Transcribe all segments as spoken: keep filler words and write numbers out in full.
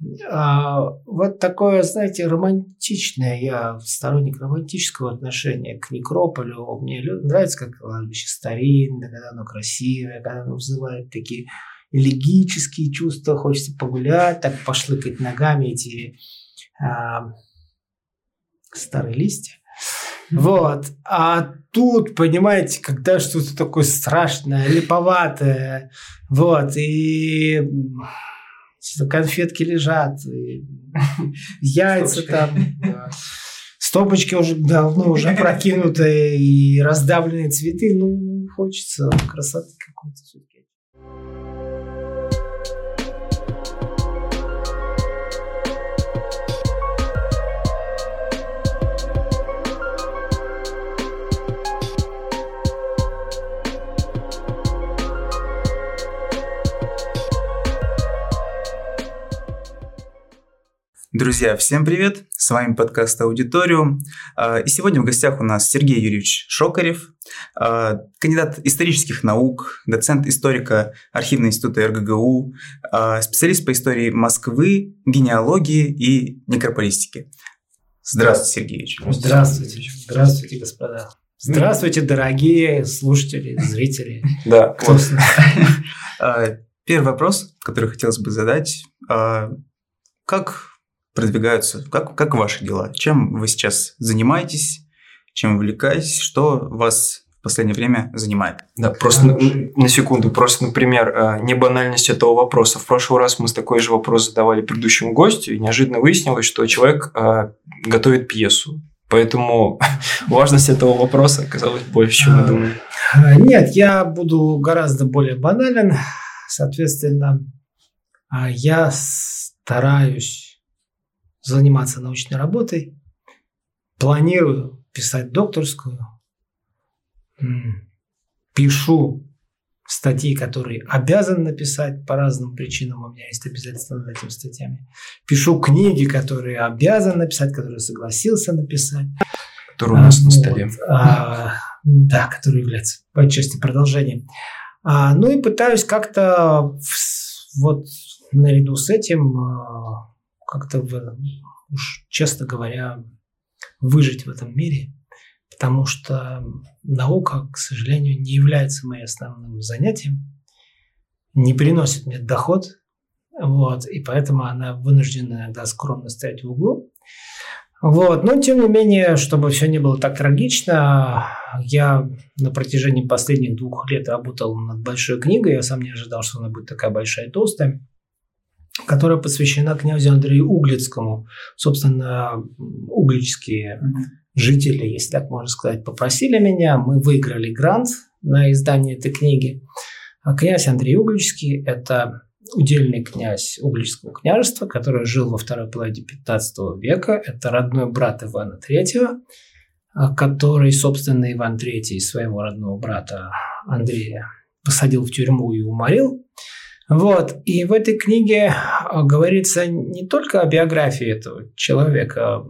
А, вот такое, знаете, романтичное, я сторонник романтического отношения к некрополю. Мне нравится, как кладбище старинное, когда оно красивое, когда оно вызывает такие элегические чувства, хочется погулять, так пошлыкать ногами эти а, старые листья. Вот. А тут, понимаете, когда что-то такое страшное, липоватое, вот, и конфетки лежат, и яйца Стопочка. там, да. Стопочки уже давно уже прокинутые и раздавленные цветы, ну, хочется красоты какой-то все-таки. Друзья, всем привет! С вами подкаст «Аудиториум». И сегодня в гостях у нас Сергей Юрьевич Шокарев, кандидат исторических наук, доцент историка Архивного института эр гэ гэ у, специалист по истории Москвы, генеалогии и некрополистики. Здравствуйте, Сергей Юрьевич. Здравствуйте. Здравствуйте, господа. Здравствуйте, дорогие слушатели, зрители. Да. Первый вопрос, который хотелось бы задать. Как продвигаются, как, как ваши дела? Чем вы сейчас занимаетесь? Чем увлекаетесь? Что вас в последнее время занимает? Да, просто на, на секунду, просто, например, не банальность этого вопроса. В прошлый раз мы такой же вопрос задавали предыдущему гостю, и неожиданно выяснилось, что человек а, готовит пьесу. Поэтому важность этого вопроса оказалась больше, чем мы думали. Нет, я буду гораздо более банален. Соответственно, я стараюсь заниматься научной работой, планирую писать докторскую, пишу статьи, которые обязан написать по разным причинам, у меня есть обязательства над этими статьями, пишу книги, которые обязан написать, которые согласился написать. Которые у нас а, на столе. Вот, а, да, которые являются по части продолжением. А, ну и пытаюсь как-то вот наряду с этим как-то, уж честно говоря, выжить в этом мире, потому что наука, к сожалению, не является моим основным занятием, не приносит мне доход, вот, и поэтому она вынуждена иногда скромно стоять в углу. Вот, но, тем не менее, чтобы все не было так трагично, я на протяжении последних двух лет работал над большой книгой, я сам не ожидал, что она будет такая большая и толстая, которая посвящена князю Андрею Углицкому. Собственно, угличские mm-hmm. жители, если так можно сказать, попросили меня. Мы выиграли грант на издание этой книги. А князь Андрей Угличский – это удельный князь Угличского княжества, который жил во второй половине пятнадцатого века. Это родной брат Ивана Третьего, который, собственно, Иван Третий своего родного брата Андрея посадил в тюрьму и уморил. Вот. И в этой книге говорится не только о биографии этого человека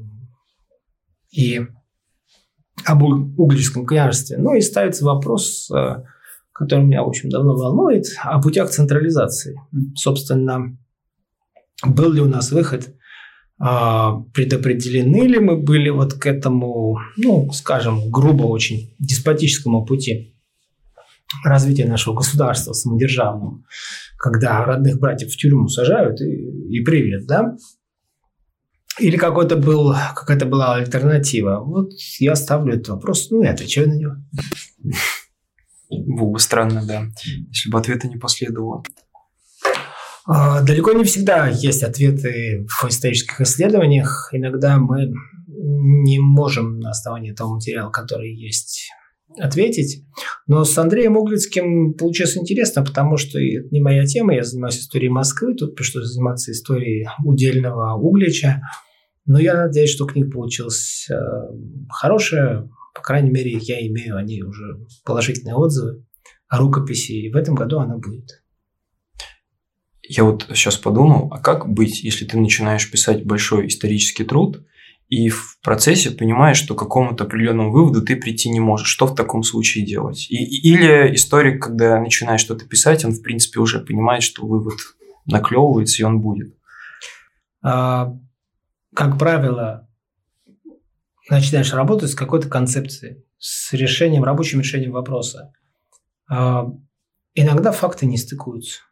и об Угличском княжестве, но и ставится вопрос, который меня, в общем, давно волнует, о путях централизации. Собственно, был ли у нас выход, предопределены ли мы были вот к этому, ну, скажем, грубо очень деспотическому пути развития нашего государства самодержавного, когда родных братьев в тюрьму сажают и, и привет, да? Или какой-то был, какая-то была альтернатива? Вот я ставлю этот вопрос, ну и отвечаю на него. Было бы странно, да, если бы ответа не последовало. Далеко не всегда есть ответы в исторических исследованиях. Иногда мы не можем на основании того материала, который есть, ответить. Но с Андреем Углицким получилось интересно, потому что это не моя тема, я занимаюсь историей Москвы, тут пришлось заниматься историей удельного Углича. Но я надеюсь, что книга получилась э, хорошая, по крайней мере, я имею о ней уже положительные отзывы о рукописи, и в этом году она будет. Я вот сейчас подумал, а как быть, если ты начинаешь писать большой исторический труд, и в процессе понимаешь, что к какому-то определенному выводу ты прийти не можешь. Что в таком случае делать? И, или историк, когда начинает что-то писать, он, в принципе, уже понимает, что вывод наклевывается, и он будет. как правило, начинаешь работать с какой-то концепцией, с решением, рабочим решением вопроса. Иногда факты не стыкуются.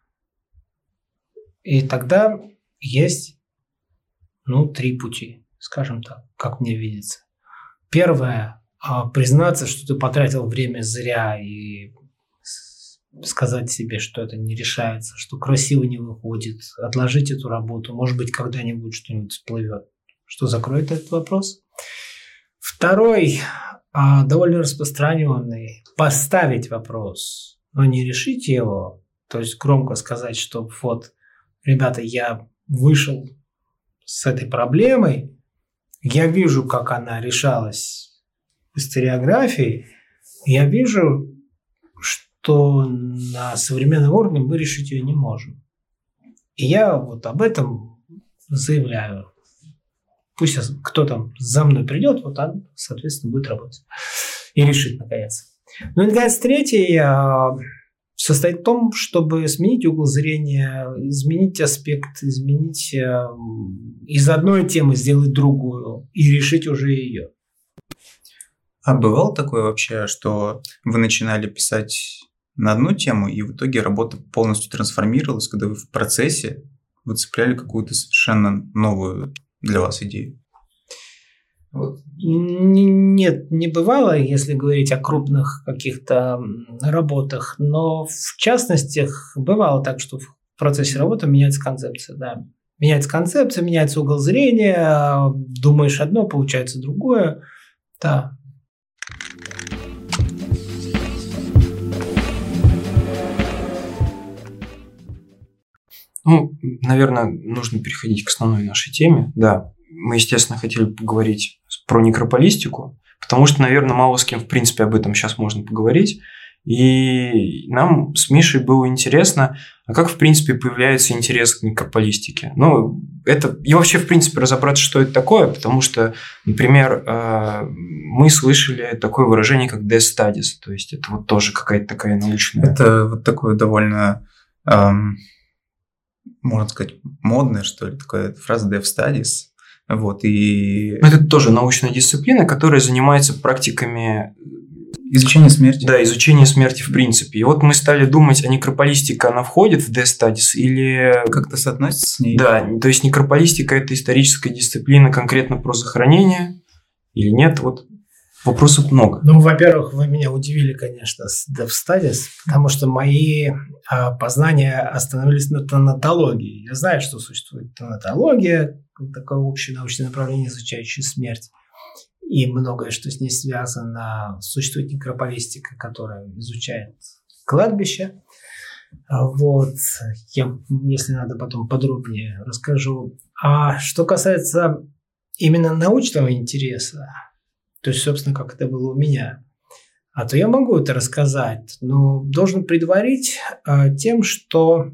И тогда есть, ну, три пути, скажем так, как мне видится. Первое – признаться, что ты потратил время зря, и сказать себе, что это не решается, что красиво не выходит, отложить эту работу, может быть, когда-нибудь что-нибудь всплывет, что закроет этот вопрос. Второй, довольно распространенный – поставить вопрос, но не решить его, то есть громко сказать, что вот, ребята, я вышел с этой проблемой, я вижу, как она решалась в историографии, я вижу, что на современном уровне мы решить ее не можем. И я вот об этом заявляю. Пусть кто там за мной придет, вот он, соответственно, будет работать. И решит, наконец. Ну и, наконец, третий состоит в том, чтобы сменить угол зрения, изменить аспект, изменить из одной темы сделать другую и решить уже ее. А бывало такое вообще, что вы начинали писать на одну тему, и в итоге работа полностью трансформировалась, когда вы в процессе выцепляли какую-то совершенно новую для вас идею? Вот. Нет, не бывало, если говорить о крупных каких-то работах, но в частности бывало так, что в процессе работы меняется концепция, да. Меняется концепция, меняется угол зрения, думаешь одно, получается другое, да. Ну, наверное, нужно переходить к основной нашей теме. Да, мы, естественно, хотели поговорить про некрополистику, потому что, наверное, мало с кем, в принципе, об этом сейчас можно поговорить. И нам с Мишей было интересно, а как, в принципе, появляется интерес к некрополистике. Ну, это и вообще, в принципе, разобраться, что это такое, потому что, например, мы слышали такое выражение, как death studies, то есть это вот тоже какая-то такая научная... Это вот такое довольно... Эм... можно сказать, модная, что ли, такая фраза death studies. Вот, и... Это тоже научная дисциплина, которая занимается практиками... Изучения смерти. Да, изучение смерти в принципе. И вот мы стали думать, а некрополистика, она входит в death studies или... Как-то соотносится с ней? Да, то есть некрополистика – это историческая дисциплина конкретно про захоронение или нет? Вот вопросов много. Ну, во-первых, вы меня удивили, конечно, с death studies, потому что мои а, познания остановились на тонатологии. Я знаю, что существует тонатология, такое общее научное направление, изучающее смерть, и многое, что с ней связано. Существует некрополистика, которая изучает кладбище. Вот. Я, если надо, потом подробнее расскажу. А что касается именно научного интереса, то есть, собственно, как это было у меня, а то я могу это рассказать, но должен предварить а, тем, что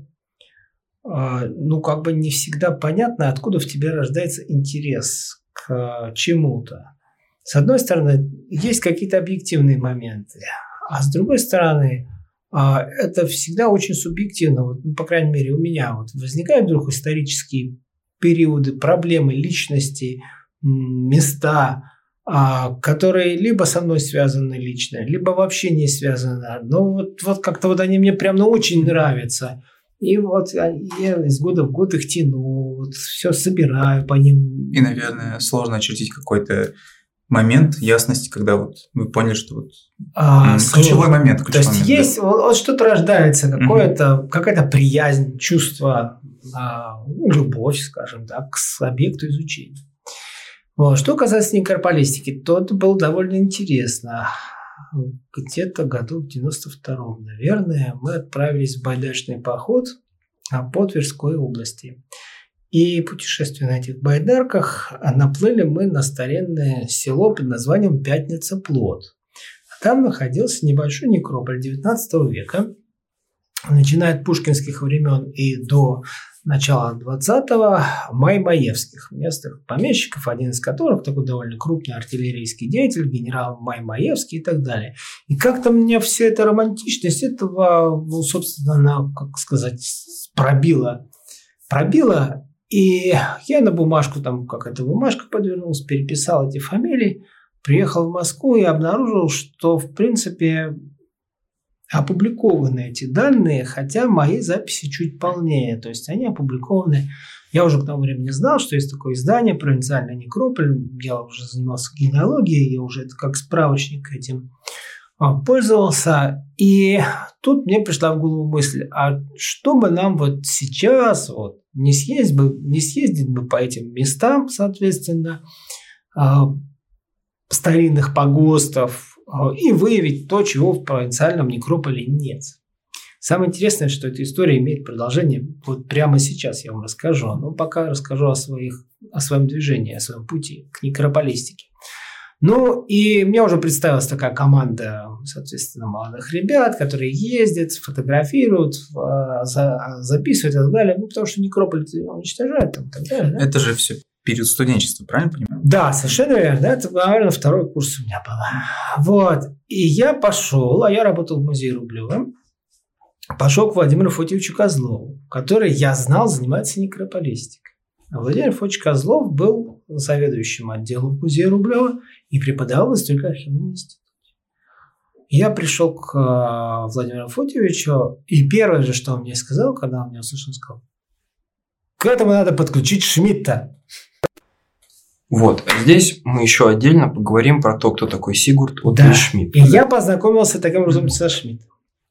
а, ну, как бы не всегда понятно, откуда в тебе рождается интерес к а, чему-то. С одной стороны, есть какие-то объективные моменты, а с другой стороны, а, это всегда очень субъективно. Вот, ну, по крайней мере, у меня вот возникают вдруг исторические периоды, проблемы, личности, места, которые либо со мной связаны лично, либо вообще не связаны. Но вот, вот как-то вот они мне прям ну, очень нравятся. И вот я из года в год их тяну, вот все собираю по ним. И, наверное, сложно очертить какой-то момент ясности, когда вот вы поняли, что вот а, ключевой момент. Ключевой То есть момент, есть, да. вот, вот что-то рождается, какое-то, mm-hmm. какая-то приязнь, чувство, а, любовь, скажем так, к объекту изучения. Вот. Что касается некрополистики, то это было довольно интересно. Где-то году в девяносто втором, наверное, мы отправились в байдарочный поход по Тверской области. И путешествуя на этих байдарках, наплыли мы на старинное село под названием Пятница-Плот. Там находился небольшой некрополь девятнадцатого века, начиная от пушкинских времен и до начала двадцатого, Маймаевских, местных помещиков, один из которых такой довольно крупный артиллерийский деятель, генерал Маймаевский и так далее. И как-то мне вся эта романтичность этого, ну, собственно, она, как сказать, пробила, пробила И я на бумажку, там какая-то бумажка подвернулась, переписал эти фамилии, приехал в Москву и обнаружил, что, в принципе, опубликованы эти данные, хотя мои записи чуть полнее. То есть они опубликованы. Я уже к тому времени знал, что есть такое издание «Провинциальный некрополь». Я уже занимался генеалогией, я уже это как справочник этим пользовался. И тут мне пришла в голову мысль, а что бы нам вот сейчас вот не съездить бы, не съездить бы по этим местам, соответственно, старинных погостов, и выявить то, чего в провинциальном некрополе нет. Самое интересное, что эта история имеет продолжение вот прямо сейчас, я вам расскажу. Но пока расскажу о, своих, о своем движении, о своем пути к некрополистике. Ну, и мне уже представилась такая команда, соответственно, молодых ребят, которые ездят, фотографируют, записывают и так далее. Ну, потому что некрополь уничтожают там, и так далее. Да? Это же все период студенчества, правильно понимаю? Да, совершенно верно. Это, наверное, второй курс у меня был. Вот. И я пошел, а я работал в музее Рублева, пошел к Владимиру Фотьевичу Козлову, который, я знал, занимается некрополистикой. А Владимир Фотьевич Козлов был заведующим отделом музея Рублева и преподавал в историко-архивном институте. Я пришел к Владимиру Фотьевичу, и первое же, что он мне сказал, когда он меня услышал, он сказал: к этому надо подключить Шмидта. Вот, здесь мы еще отдельно поговорим про то, кто такой Сигурд Отто да. Шмидт. И я познакомился таким образом со Шмидтом.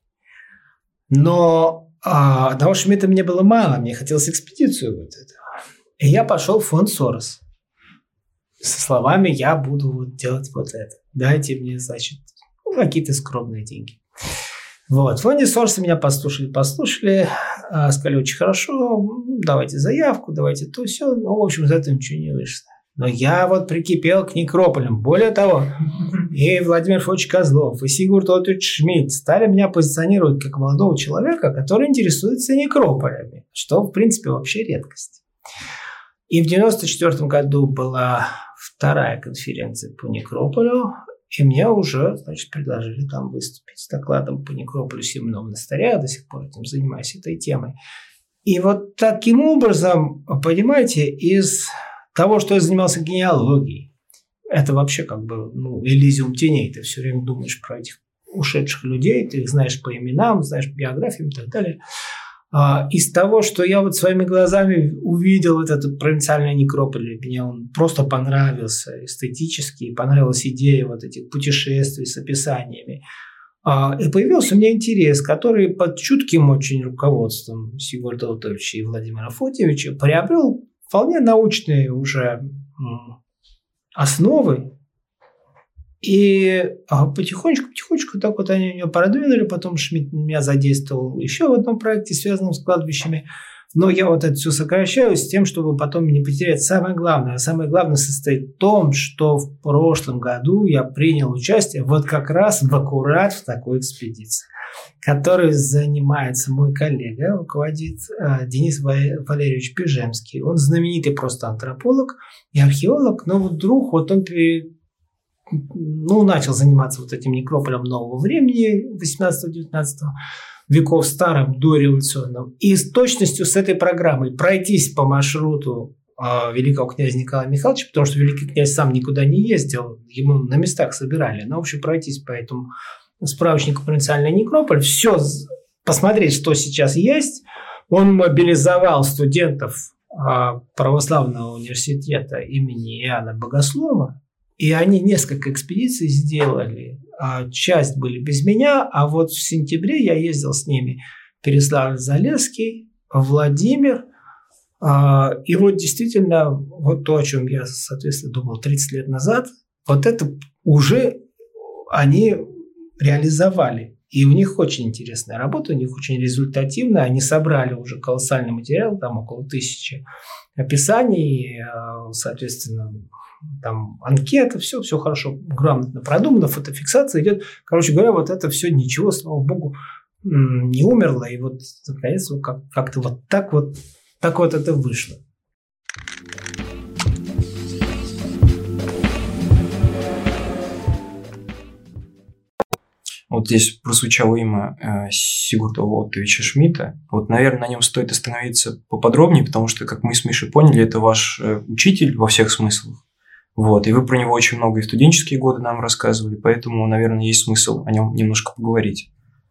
Но а, одного Шмидта мне было мало, мне хотелось экспедицию вот этого. И я пошел в фонд Сорос со словами: я буду вот делать вот это. Дайте мне, значит, ну, какие-то скромные деньги. Вот. В фонде Сорос меня послушали, послушали, сказали: очень хорошо, давайте заявку, давайте то, все. Ну, в общем, из этого ничего не вышло. Но я вот прикипел к некрополям. Более того, и Владимир Фотьевич Козлов, и Сигурд Отто Шмидт стали меня позиционировать как молодого человека, который интересуется некрополями, что, в принципе, вообще редкость. И в девяносто четвёртом году была вторая конференция по некрополю, и мне уже, значит, предложили там выступить с докладом по некрополю Семенного монастыря. Я до сих пор этим занимаюсь, этой темой. И вот таким образом, понимаете, из того, что я занимался генеалогией, это вообще как бы ну, элизиум теней. Ты все время думаешь про этих ушедших людей, ты их знаешь по именам, знаешь по биографиям и так далее. А, из того, что я вот своими глазами увидел вот этот провинциальный некрополь, мне он просто понравился эстетически, понравилась идея вот этих путешествий с описаниями. А, и появился у меня интерес, который под чутким очень руководством Сигурда Оттовича и Владимира Фотьевича приобрел вполне научные уже основы. И потихонечку-потихонечку так вот они меня продвинули. Потом Шмидт меня задействовал еще в одном проекте, связанном с кладбищами. Но я вот это все сокращаю с тем, чтобы потом не потерять самое главное. А самое главное состоит в том, что в прошлом году я принял участие вот как раз в аккурат в такой экспедиции, которой занимается мой коллега, руководит э, Денис Валерьевич Пижемский. Он знаменитый просто антрополог и археолог, но вот вдруг вот он ну, начал заниматься вот этим некрополем нового времени восемнадцатого-девятнадцатого веков, старым, дореволюционным. И с точностью с этой программой пройтись по маршруту э, великого князя Николая Михайловича, потому что великий князь сам никуда не ездил, ему на местах собирали. Но, в общем, пройтись по этому справочнику «Провинциальный некрополь», все посмотреть, что сейчас есть. Он мобилизовал студентов э, православного университета имени Иоанна Богослова, и они несколько экспедиций сделали. Часть были без меня, а вот в сентябре я ездил с ними в Переславль-Залесский, Владимир. И вот действительно, вот то, о чем я, соответственно, думал тридцать лет назад, вот это уже они реализовали. И у них очень интересная работа, у них очень результативная. Они собрали уже колоссальный материал, там около тысячи описаний, соответственно, там анкета, все, все хорошо, грамотно продумано, фотофиксация идет. Короче говоря, вот это все ничего, слава богу, не умерло. И вот, наконец, как- как-то вот так вот, так вот это вышло. Вот здесь прозвучало имя э, Сигурда Оттовича Шмидта. Вот, наверное, на нем стоит остановиться поподробнее, потому что, как мы с Мишей поняли, это ваш э, учитель во всех смыслах. Вот, и вы про него очень много и в студенческие годы нам рассказывали, поэтому, наверное, есть смысл о нем немножко поговорить.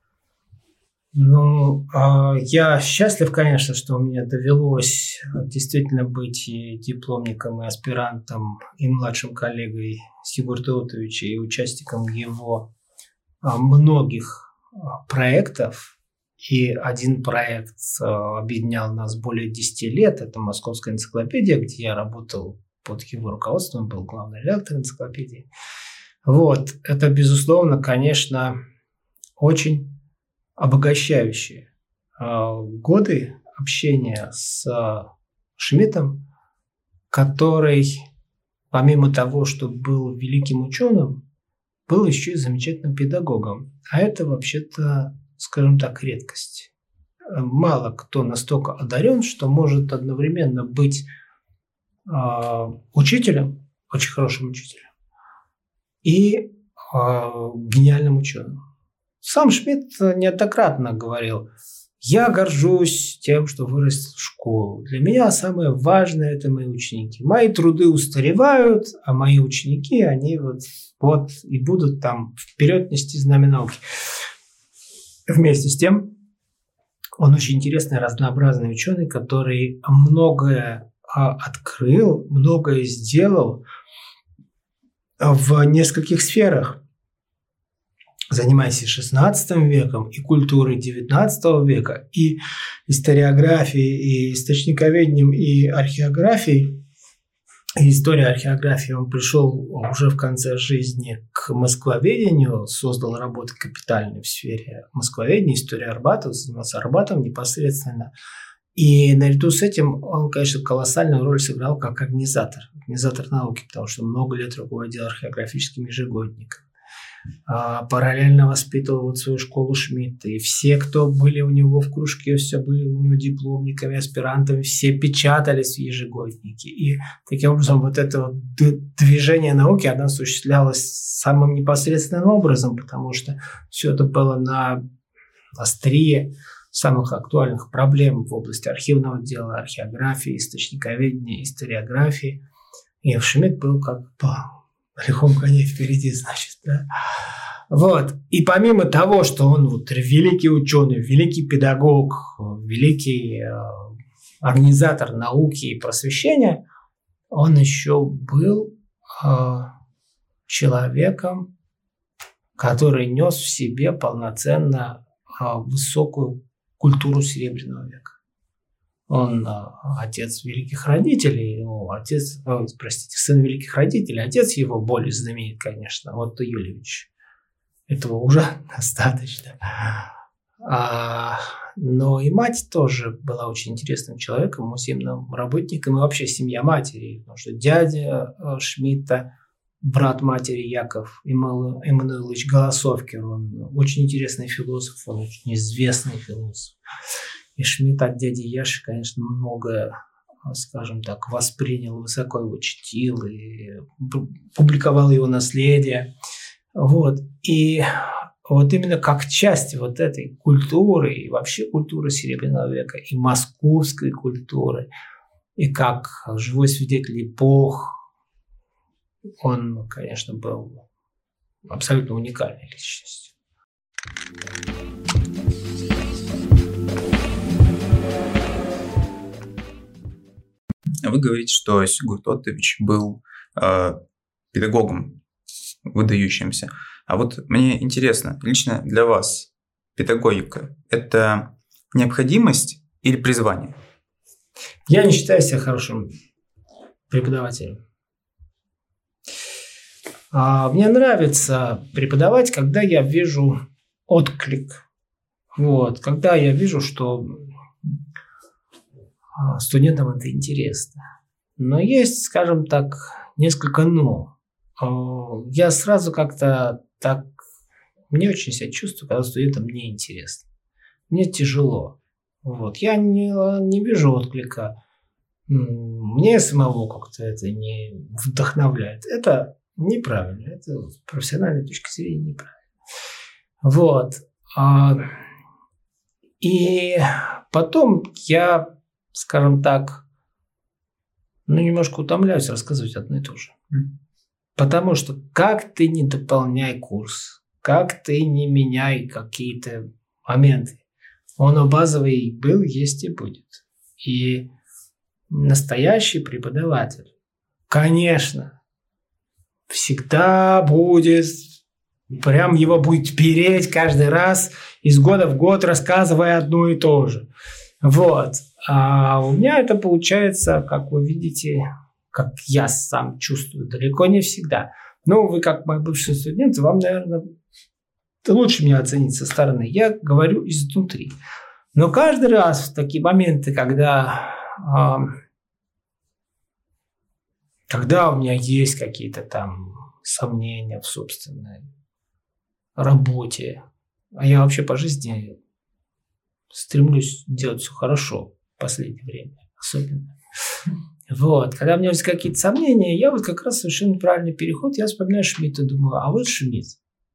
Ну, я счастлив, конечно, что мне довелось действительно быть и дипломником, и аспирантом, и младшим коллегой Сигурда Оттовича, и участником его многих проектов. И один проект объединял нас более десяти лет. Это «Московская энциклопедия», где я работал под его руководством, был главный редактор энциклопедии. Вот. Это, безусловно, конечно, очень обогащающие годы общения с Шмидтом, который, помимо того, что был великим ученым, был еще и замечательным педагогом. А это, вообще-то, скажем так, редкость. Мало кто настолько одарен, что может одновременно быть учителем, очень хорошим учителем, и гениальным ученым. Сам Шмидт неоднократно говорил: я горжусь тем, что вырос в школу. Для меня самое важное – это мои ученики. Мои труды устаревают, а мои ученики, они вот, вот и будут там вперед нести знамя науки. Вместе с тем, он очень интересный, разнообразный ученый, который многое открыл, многое сделал в нескольких сферах, занимаясь и шестнадцатым веком, и культурой девятнадцатого века, и историографией, и источниковедением, и археографией. И история археографии он пришел уже в конце жизни к москвоведению, создал работы капитальные в сфере москвоведения, история Арбата, занимался Арбатом непосредственно. И наряду с этим он, конечно, колоссальную роль сыграл как организатор, организатор науки, потому что много лет руководил археографическим ежегодником. Параллельно воспитывал вот свою школу Шмидта. И все, кто были у него в кружке, все были у него дипломниками, аспирантами, все печатались в ежегоднике. И таким образом вот это вот движение науки, оно осуществлялось самым непосредственным образом, потому что все это было на острие самых актуальных проблем в области архивного дела, археографии, источниковедения, историографии. И Шмидт был как по лихом коне впереди, значит, да. Вот. И помимо того, что он вот великий ученый, великий педагог, великий э, организатор науки и просвещения, он еще был э, человеком, который нес в себе полноценно э, высокую культуру Серебряного века. Он э, отец великих родителей, ну, отец, э, простите, сын великих родителей, отец его более знаменит, конечно, Отто Юлевич. Этого уже достаточно. А, но и мать тоже была очень интересным человеком, музейным работником, и вообще семья матери, потому что дядя э, Шмидта, брат матери Яков Эммануилович Голосовкер, он очень интересный философ, он очень известный философ. И Шмидт от дяди Яши, конечно, многое, скажем так, воспринял, высоко его чтил и публиковал его наследие. Вот. И вот именно как часть вот этой культуры, и вообще культуры Серебряного века, и московской культуры, и как живой свидетель эпох, он, конечно, был абсолютно уникальной личностью. Вы говорите, что Сигурд Оттович был э, педагогом выдающимся. А вот мне интересно, лично для вас педагогика – это необходимость или призвание? Я не считаю себя хорошим преподавателем. А мне нравится преподавать, когда я вижу отклик. Вот, когда я вижу, что студентам это интересно. Но есть, скажем так, несколько «но». Я сразу как-то так не очень себя чувствую, когда студентам неинтересно. Мне тяжело. Вот. Я не, не вижу отклика. Мне самого как-то это не вдохновляет. Это неправильно. Это с профессиональной точки зрения неправильно. Вот. И потом я, скажем так, ну, немножко утомляюсь рассказывать одно и то же. Потому что как ты не дополняй курс, как ты не меняй какие-то моменты, он базовый был, есть и будет. И настоящий преподаватель, конечно, всегда будет, прям его будет переть каждый раз, из года в год рассказывая одно и то же. Вот. А у меня это получается, как вы видите, как я сам чувствую, далеко не всегда. Но вы, как мой бывший студент, вам, наверное, лучше меня оценить со стороны. Я говорю изнутри. Но каждый раз в такие моменты, когда, э, когда у меня есть какие-то там сомнения в собственной работе, а я вообще по жизни стремлюсь делать все хорошо в последнее время, особенно. Вот, когда у меня есть какие-то сомнения, я вот как раз совершенно правильный переход, я вспоминаю Шмидта и думаю, а вот Шмидт.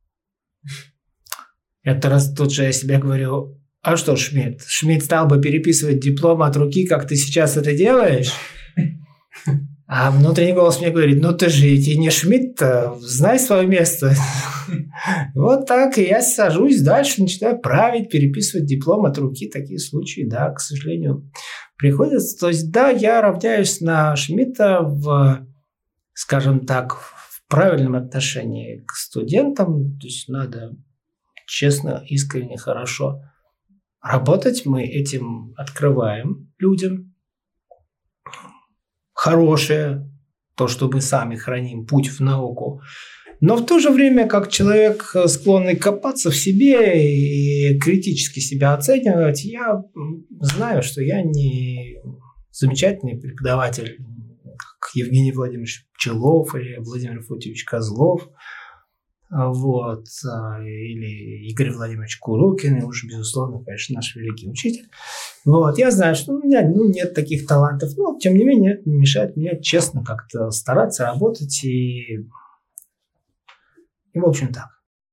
Это раз тут же я себе говорю, а что Шмидт? Шмидт стал бы переписывать диплом от руки, как ты сейчас это делаешь? А внутренний голос мне говорит, ну ты же ведь и не Шмидт-то, знай свое место. Вот так, и я сажусь дальше, начинаю править, переписывать диплом от руки. Такие случаи, да, к сожалению, приходится. То есть, да, я равняюсь на Шмидта в, скажем так, в правильном отношении к студентам. То есть, надо честно, искренне, хорошо работать. Мы этим открываем людям хорошее, то, что мы сами храним, путь в науку. Но в то же время, как человек, склонный копаться в себе и критически себя оценивать, я знаю, что я не замечательный преподаватель, как Евгений Владимирович Пчелов или Владимир Фотьевич Козлов, вот, или Игорь Владимирович Курукин, и уж, безусловно, конечно, наш великий учитель. Вот, я знаю, что у меня ну, нет таких талантов, но, тем не менее, это не мешает мне честно как-то стараться работать и... И, в общем, так.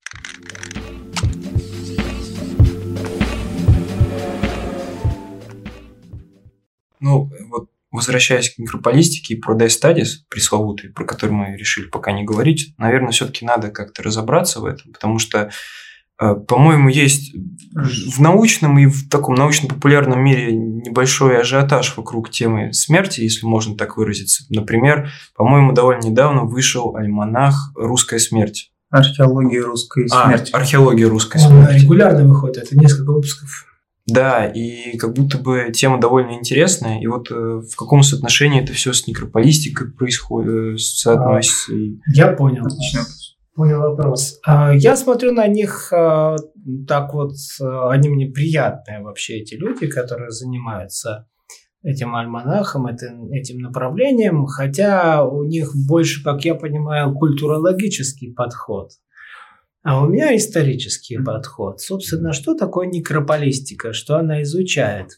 Ну, вот возвращаясь к микрополистике и Paradise Studies, пресловутой, про которую мы решили пока не говорить, наверное, все-таки надо как-то разобраться в этом, потому что, по-моему, есть в научном и в таком научно-популярном мире небольшой ажиотаж вокруг темы смерти, если можно так выразиться. Например, по-моему, довольно недавно вышел альманах «Русская смерть». Археология русской а, смерти. Археология русской Он смерти. Регулярно выходит, это несколько выпусков. Да, и как будто бы тема довольно интересная, и вот э, в каком соотношении это все с некрополистикой происходит, соотносится. А, я понял. Отлично. Понял вопрос. Я смотрю на них так вот, они мне приятные вообще, эти люди, которые занимаются этим альманахом, этим, этим направлением, хотя у них больше, как я понимаю, культурологический подход, а у меня исторический подход. Собственно, что такое некрополистика, что она изучает?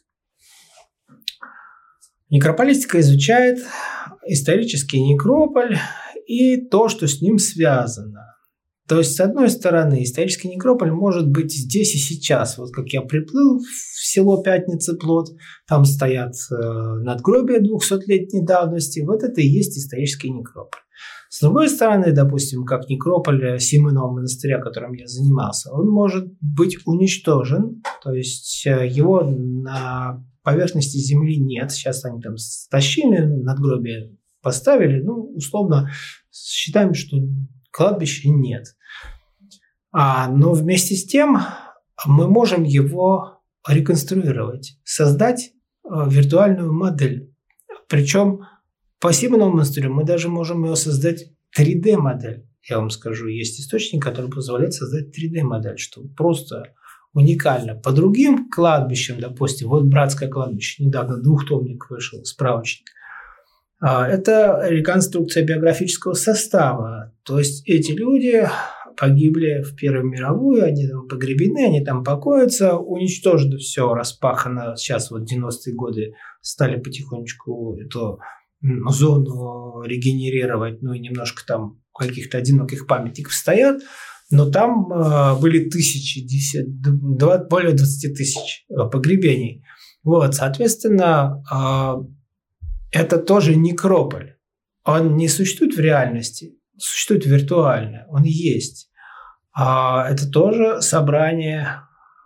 Некрополистика изучает исторический некрополь и то, что с ним связано. То есть, с одной стороны, исторический некрополь может быть здесь и сейчас. Вот как я приплыл в село Пятница-Плот, там стоят э, надгробия двухсотлетней давности. Вот это и есть исторический некрополь. С другой стороны, допустим, как некрополь Симонова монастыря, которым я занимался, он может быть уничтожен. То есть, э, его на поверхности земли нет. Сейчас они там стащили, надгробие поставили. Ну, условно, считаем, что кладбища нет. А, но вместе с тем мы можем его реконструировать, создать э, виртуальную модель. Причем по Симонову монастырю мы даже можем его создать три дэ модель. Я вам скажу, есть источник, который позволяет создать три дэ модель, что просто уникально. По другим кладбищам, допустим, вот Братское кладбище, недавно двухтомник вышел, справочник. Это реконструкция биографического состава. То есть эти люди погибли в Первую мировую, они там погребены, они там покоятся, уничтожено все, распахано. Сейчас вот девяностые годы стали потихонечку эту зону регенерировать, ну и немножко там каких-то одиноких памятников стоят. Но там э, были тысячи, десять, двадцать, более двадцати тысяч погребений. Вот, соответственно, э, это тоже некрополь. Он не существует в реальности, существует виртуально, он есть. А это тоже собрание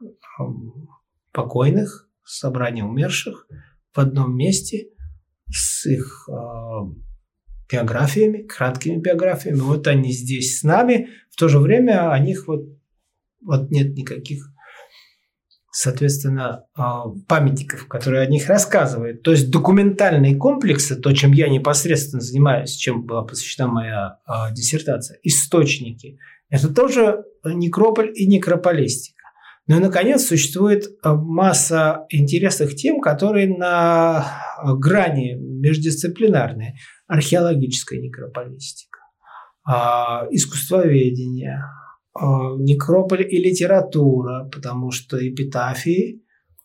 покойных, собрание умерших в одном месте с их э, биографиями, краткими биографиями. Вот они здесь с нами, в то же время о них вот, вот нет никаких, соответственно, э, памятников, которые о них рассказывают. То есть документальные комплексы, то, чем я непосредственно занимаюсь, чем была посвящена моя э, диссертация, источники, это тоже некрополь и некрополистика. Ну и, наконец, существует масса интересных тем, которые на грани междисциплинарные. Археологическая некрополистика, искусствоведение, некрополь и литература, потому что эпитафии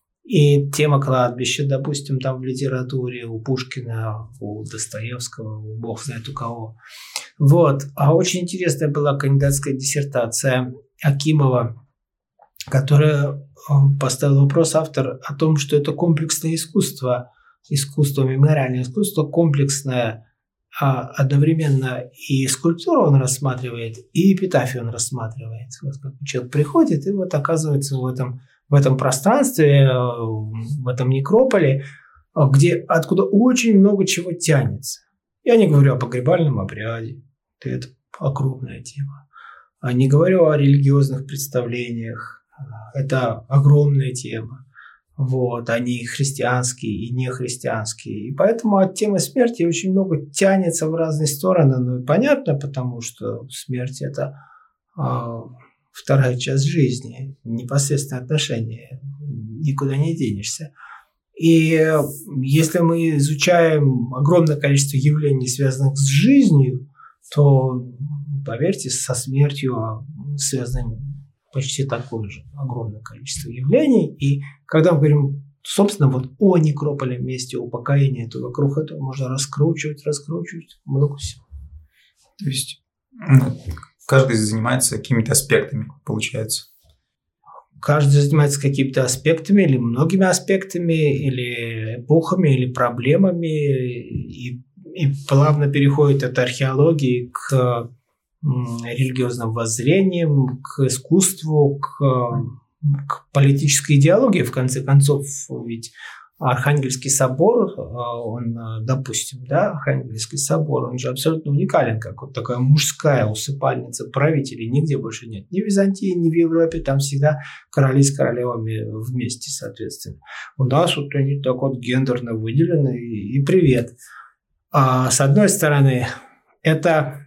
и тема кладбища, допустим, там в литературе у Пушкина, у Достоевского, у бог знает у кого. Вот. А очень интересная была кандидатская диссертация Акимова, которая поставила вопрос автор о том, что это комплексное искусство, искусство, мемориальное искусство, комплексное, а одновременно и скульптуру он рассматривает, и эпитафию он рассматривает. Вот как человек приходит и вот оказывается в этом, в этом пространстве, в этом некрополе, где, откуда очень много чего тянется. Я не говорю о погребальном обряде, это огромная тема. Я не говорю о религиозных представлениях, это огромная тема. Вот, они и христианские, и нехристианские. И поэтому от темы смерти очень много тянется в разные стороны. Ну и понятно, потому что смерть – это э, вторая часть жизни, непосредственное отношение, никуда не денешься. И если мы изучаем огромное количество явлений, связанных с жизнью, то, поверьте, со смертью связано почти такое же огромное количество явлений. И когда мы говорим, собственно, вот о некрополе, месте упокоения, то вокруг этого можно раскручивать, раскручивать много всего. То есть ну, каждый занимается какими-то аспектами, получается. Каждый занимается какими-то аспектами или многими аспектами, или эпохами, или проблемами, и, и плавно переходит от археологии к религиозным воззрениям, к искусству, к, к политической идеологии, в конце концов. Ведь Архангельский собор, он, допустим, да, Архангельский собор, он же абсолютно уникален, как вот такая мужская усыпальница правителей, нигде больше нет. Ни в Византии, ни в Европе, там всегда короли с королевами вместе, соответственно. У нас вот они так вот гендерно выделены, и, и привет. А с одной стороны, это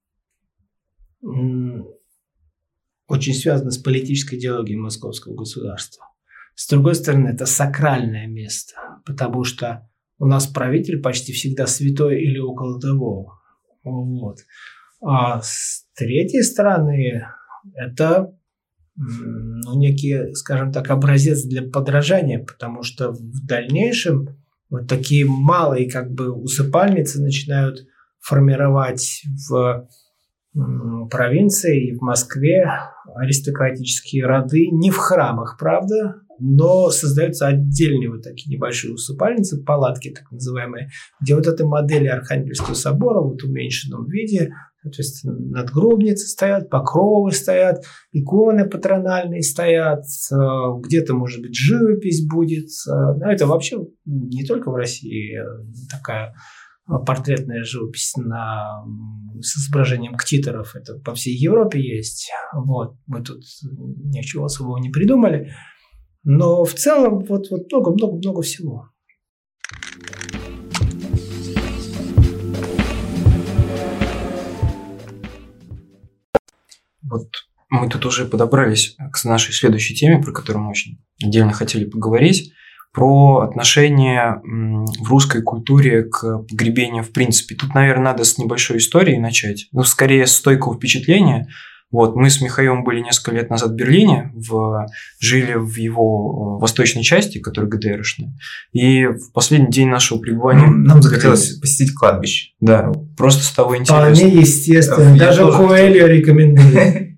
очень связано с политической идеологией московского государства. С другой стороны, это сакральное место, потому что у нас правитель почти всегда святой или около того. Вот. А с третьей стороны, это ну, некий, скажем так, образец для подражания, потому что в дальнейшем вот такие малые как бы усыпальницы начинают формировать в провинции и в Москве аристократические роды, не в храмах, правда, но создаются отдельные вот такие небольшие усыпальницы, палатки так называемые, где вот эта модель Архангельского собора вот в уменьшенном виде, соответственно, надгробницы стоят, покровы стоят, иконы патрональные стоят, где-то, может быть, живопись будет. Но это вообще не только в России такая портретная живопись на, с изображением ктиторов. Это по всей Европе есть. Вот. Мы тут ничего особого не придумали. Но в целом вот много-много-много всего. Вот мы тут уже подобрались к нашей следующей теме, про которую мы очень отдельно хотели поговорить. Про отношение в русской культуре к погребению в принципе. Тут, наверное, надо с небольшой истории начать. Ну, скорее, с стойкого впечатления. Вот, мы с Михаилом были несколько лет назад в Берлине, в, жили в его восточной части, которая ГДРшная. И в последний день нашего пребывания... Нам захотелось посетить кладбище. Да, просто с того интересно. Вполне естественно. Я Даже тоже Коэльо рекомендую.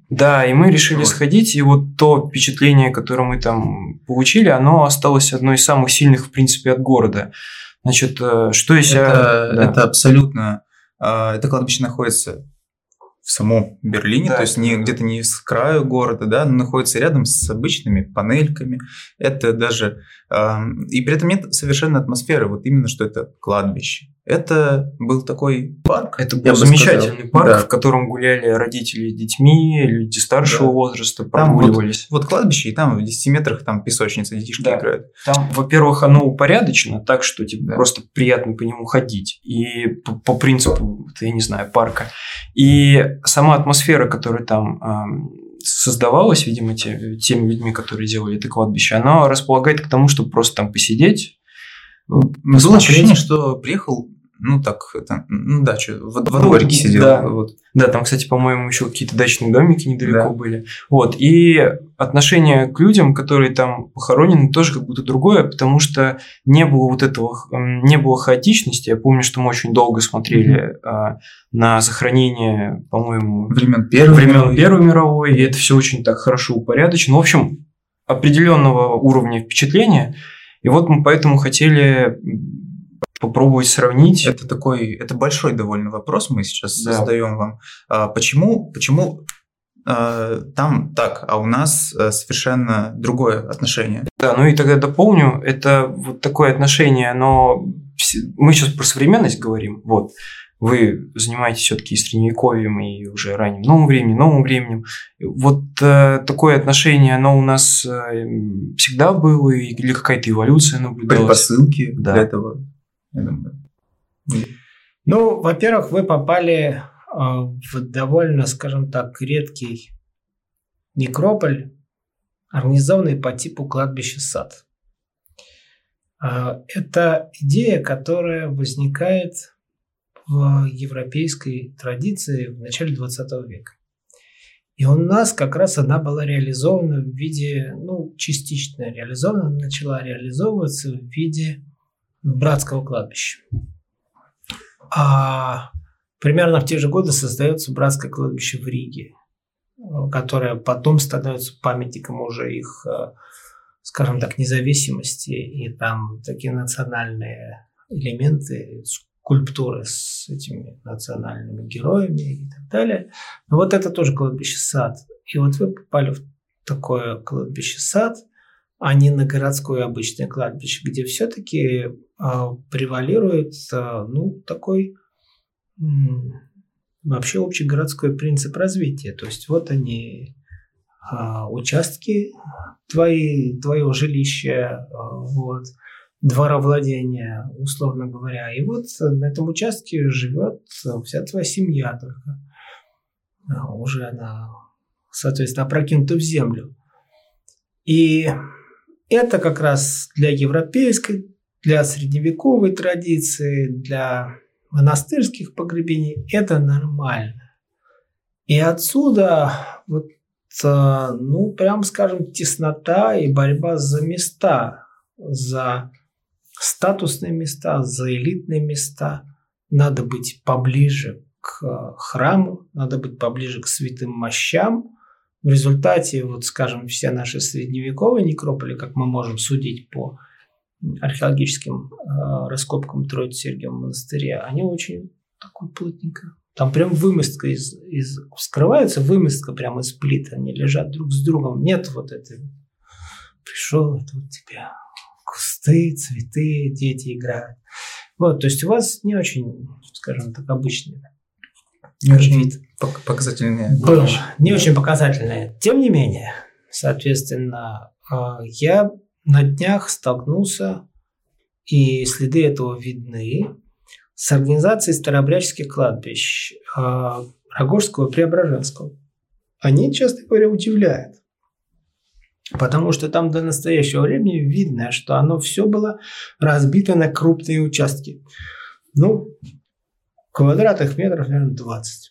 Да, и мы решили Вот. сходить, и вот то впечатление, которое мы там получили, оно осталось одной из самых сильных, в принципе, от города. Значит, э, что из себя... Это, да. это абсолютно... э, Это кладбище находится в самом Берлине, Да, то есть это- не, где-то не с краю города, да, но находится рядом с обычными панельками. Это даже... э, И при этом нет совершенно атмосферы, вот именно, что это кладбище. Это был такой парк. Это я был бы замечательный сказал. парк, Да. в котором гуляли родители с детьми, люди старшего Да. возраста Там вот, прогуливались. вот кладбище, и там в десяти метрах там песочница, детишки Да. играют. Там, во-первых, оно упорядочено так, что типа, Да. просто приятно по нему ходить. И по, по принципу, я не знаю, парка. И сама атмосфера, которая там эм, создавалась, видимо, те- теми людьми, которые делали это кладбище, она располагает к тому, чтобы просто там посидеть. Было посмотреть. ощущение, что приехал, ну так, это, ну дачу, во, во Ну, дворике сидел. да. Вот. Да, там, кстати, по-моему, еще какие-то дачные домики недалеко Да. были. Вот. И отношение к людям, которые там похоронены, тоже как будто другое, потому что не было вот этого, м, не было хаотичности. Я помню, что мы очень долго смотрели а, на захоронение, по-моему, Времен Первой времен мировой. Первой мировой, и это все очень так хорошо упорядочено. В общем, определенного уровня впечатления. И вот мы поэтому хотели попробовать сравнить. Это такой, это большой довольно вопрос мы сейчас Да. задаем вам. А, почему, почему а, там так, а у нас а, совершенно другое отношение? Да, ну и тогда дополню, это вот такое отношение, оно... вс- Мы сейчас про современность говорим, вот. Вы занимаетесь все-таки и средневековьем, и уже ранним новым временем, новым временем. Вот э, такое отношение, оно у нас э, всегда было, и- или какая-то эволюция наблюдалась? Предпосылки Да. для этого, я думаю. Ну, во-первых, вы попали э, в довольно, скажем так, редкий некрополь, организованный по типу кладбища-сад. Э, это идея, которая возникает в европейской традиции в начале двадцатого века. И у нас как раз она была реализована в виде, ну, частично реализована, начала реализовываться в виде братского кладбища. А примерно в те же годы создается братское кладбище в Риге, которое потом становится памятником уже их, скажем так, независимости, и там такие национальные элементы, скульптуры с этими национальными героями и так далее. Но вот это тоже кладбище-сад. И вот вы попали в такое кладбище-сад, а не на городское обычное кладбище, где все-таки э, превалирует э, ну, такой м, вообще общегородской принцип развития. То есть вот они, э, участки твои, твоего жилища, э, вот, дворовладения, условно говоря. И вот на этом участке живет вся твоя семья только. Э, уже она, соответственно, опрокинута в землю. И это как раз для европейской, для средневековой традиции, для монастырских погребений это нормально. И отсюда вот, ну, прям скажем, теснота и борьба за места, за статусные места, за элитные места. Надо быть поближе к храму, надо быть поближе к святым мощам. В результате, вот, скажем, все наши средневековые некрополи, как мы можем судить по археологическим э, раскопкам Троице-Сергиевого монастыря, они очень такой плотненько. Там прям вымостка из, из скрывается вымостка прямо из плит, они лежат друг с другом. Нет вот этой. Пришел, и тут тебе кусты, цветы, дети играют. Вот, то есть у вас не очень, скажем так, обычный Не очень вид. показательные. Был не очень показательное. Тем не менее, соответственно, я на днях столкнулся, и следы этого видны, с организацией старообрядческих кладбищ Рогожского и Преображенского. Они, честно говоря, удивляют. Потому что там до настоящего времени видно, что оно все было разбито на крупные участки. Ну, квадратных метров, наверное, двадцать.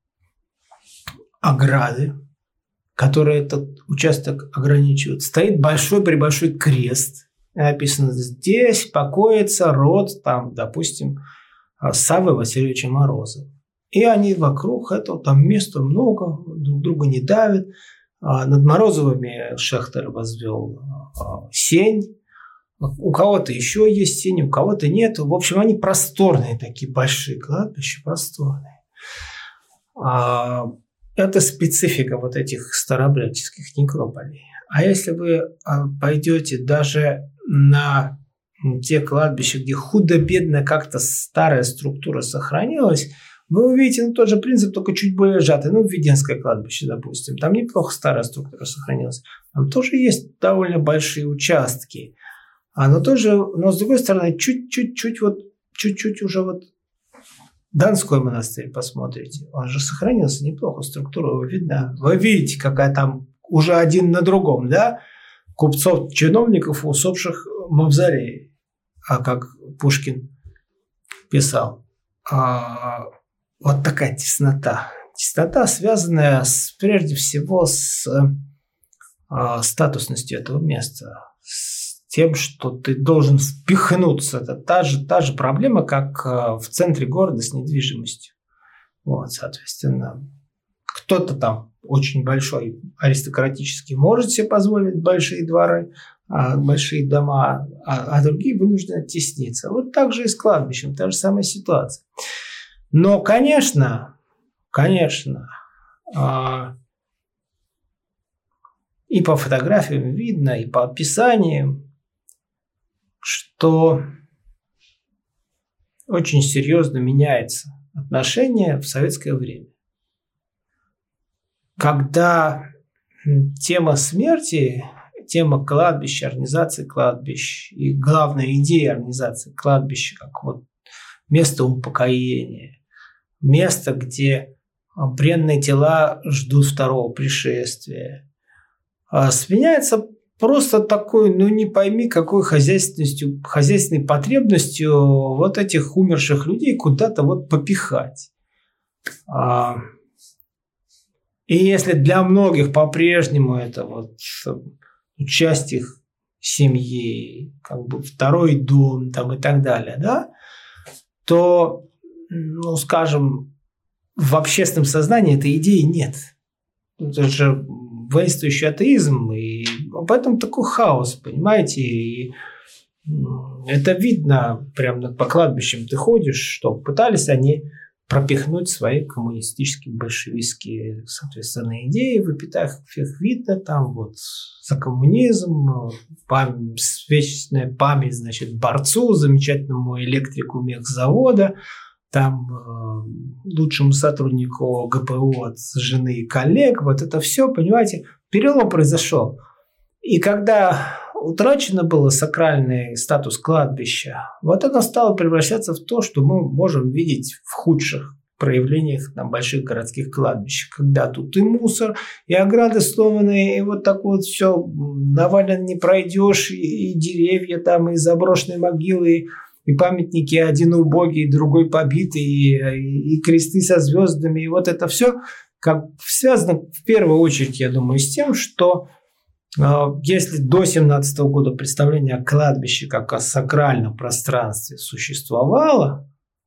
Ограды, которые этот участок ограничивают. Стоит большой-пребольшой крест. Написано: здесь покоится род, там, допустим, Саввы Васильевича Морозова. И они вокруг этого, там места много, друг друга не давят. А над Морозовыми Шехтер возвел а, сень. У кого-то еще есть сень, у кого-то нет. В общем, они просторные такие, большие кладбища, просторные. А, это специфика вот этих старообрядческих некрополей. А если вы а, пойдете даже на те кладбища, где худо-бедно как-то старая структура сохранилась, вы увидите ну, тот же принцип, только чуть более сжатый. Ну, Введенское кладбище, допустим. Там неплохо старая структура сохранилась. Там тоже есть довольно большие участки. А, но тоже, но с другой стороны, чуть-чуть, вот, чуть-чуть уже вот Донской монастырь посмотрите. Он же сохранился неплохо, структура видна. Вы видите, какая там уже один на другом, да? Купцов, чиновников, усопших мавзолеи. А как Пушкин писал. А, вот такая теснота. Теснота, связанная с, прежде всего с а, статусностью этого места. С тем, что ты должен впихнуться. Это та же, та же проблема, как а, в центре города с недвижимостью. Вот, соответственно, кто-то там очень большой аристократический может себе позволить большие дворы, большие дома, а, а другие вынуждены тесниться. Вот так же и с кладбищем, та же самая ситуация. Но, конечно, конечно, а, и по фотографиям видно, и по описаниям, что очень серьезно меняется отношение в советское время. Когда тема смерти, тема кладбища, организации кладбищ и главная идея организации кладбища как вот место упокоения, место, где бренные тела ждут второго пришествия, сменяется просто такой, ну не пойми, какой хозяйственностью, хозяйственной потребностью вот этих умерших людей куда-то вот попихать. И если для многих по-прежнему это вот часть их семьи, как бы второй дом там и так далее, да, то, ну, скажем, в общественном сознании этой идеи нет. Это же воинствующий атеизм, и поэтому такой хаос, понимаете, и это видно прямо по кладбищам ты ходишь, что пытались они пропихнуть свои коммунистические, большевистские, соответственно, идеи в эпитафиях видно, там вот за коммунизм, память, вечная память, значит, борцу, замечательному электрику мехзавода, там э, лучшему сотруднику ГПУ от жены и коллег, вот это все, понимаете, перелом произошел. И когда утрачено было сакральный статус кладбища, вот оно стало превращаться в то, что мы можем видеть в худших проявлениях на больших городских кладбищах, когда тут и мусор, и ограды сломанные, и вот так вот все навалено не пройдешь, и, и деревья там, и заброшенные могилы, и памятники один убогий, другой побитый, и, и, и кресты со звездами, и вот это все как связано в первую очередь, я думаю, с тем, что если до семнадцатого года представление о кладбище как о сакральном пространстве существовало,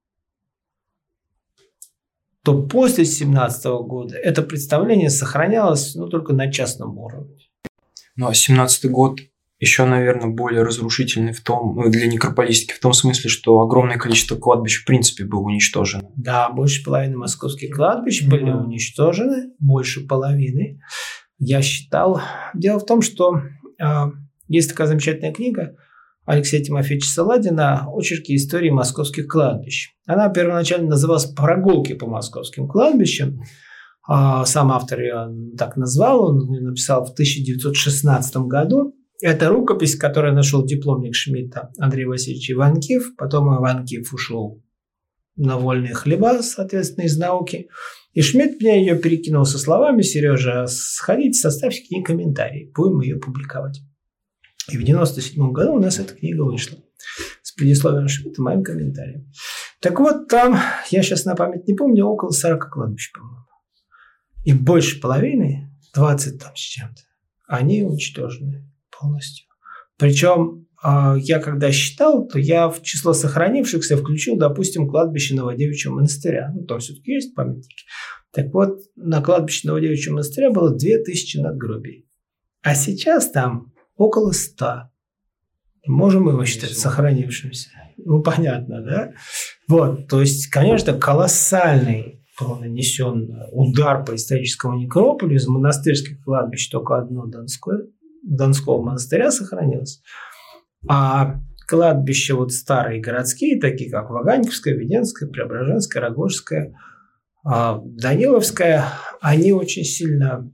то после семнадцатого года это представление сохранялось, ну, только на частном уровне. Ну, а семнадцатый год еще, наверное, более разрушительный в том, ну, для некрополистики в том смысле, что огромное количество кладбищ в принципе было уничтожено. Да, больше половины московских кладбищ mm-hmm. были уничтожены, больше половины. Я считал. Дело в том, что э, есть такая замечательная книга Алексея Тимофеевича Саладина «Очерки истории московских кладбищ». Она первоначально называлась «Прогулки по московским кладбищам». Э, сам автор ее так назвал, он ее написал в тысяча девятьсот шестнадцатом году. Это рукопись, которую нашел дипломник Шмидта Андрей Васильевич Иванкив. Потом Иванкив ушел на вольные хлеба, соответственно, из науки. И Шмидт мне ее перекинул со словами: Сережа, сходите, составьте к ней комментарий, будем ее публиковать. И в девяносто седьмом году у нас эта книга вышла с предисловием Шмидта, моим комментарием. Так вот, там, я сейчас на память не помню, около сорока кладбищ, по-моему. И больше половины, двадцать там с чем-то, они уничтожены полностью. Причем я когда считал, то я в число сохранившихся включил, допустим, кладбище Новодевичьего монастыря. Ну, там все-таки есть памятники. Так вот, на кладбище Новодевичьего монастыря было две тысячи надгробий. А сейчас там около ста. Можем его считать сохранившимся? Ну, понятно, да? Вот, то есть, конечно, колоссальный был нанесен удар по историческому некрополю. Из монастырских кладбищ только одно Донское, Донского монастыря сохранилось. А кладбища вот старые городские, такие как Ваганьковское, Веденское, Преображенское, Рогожское, Даниловское, они очень сильно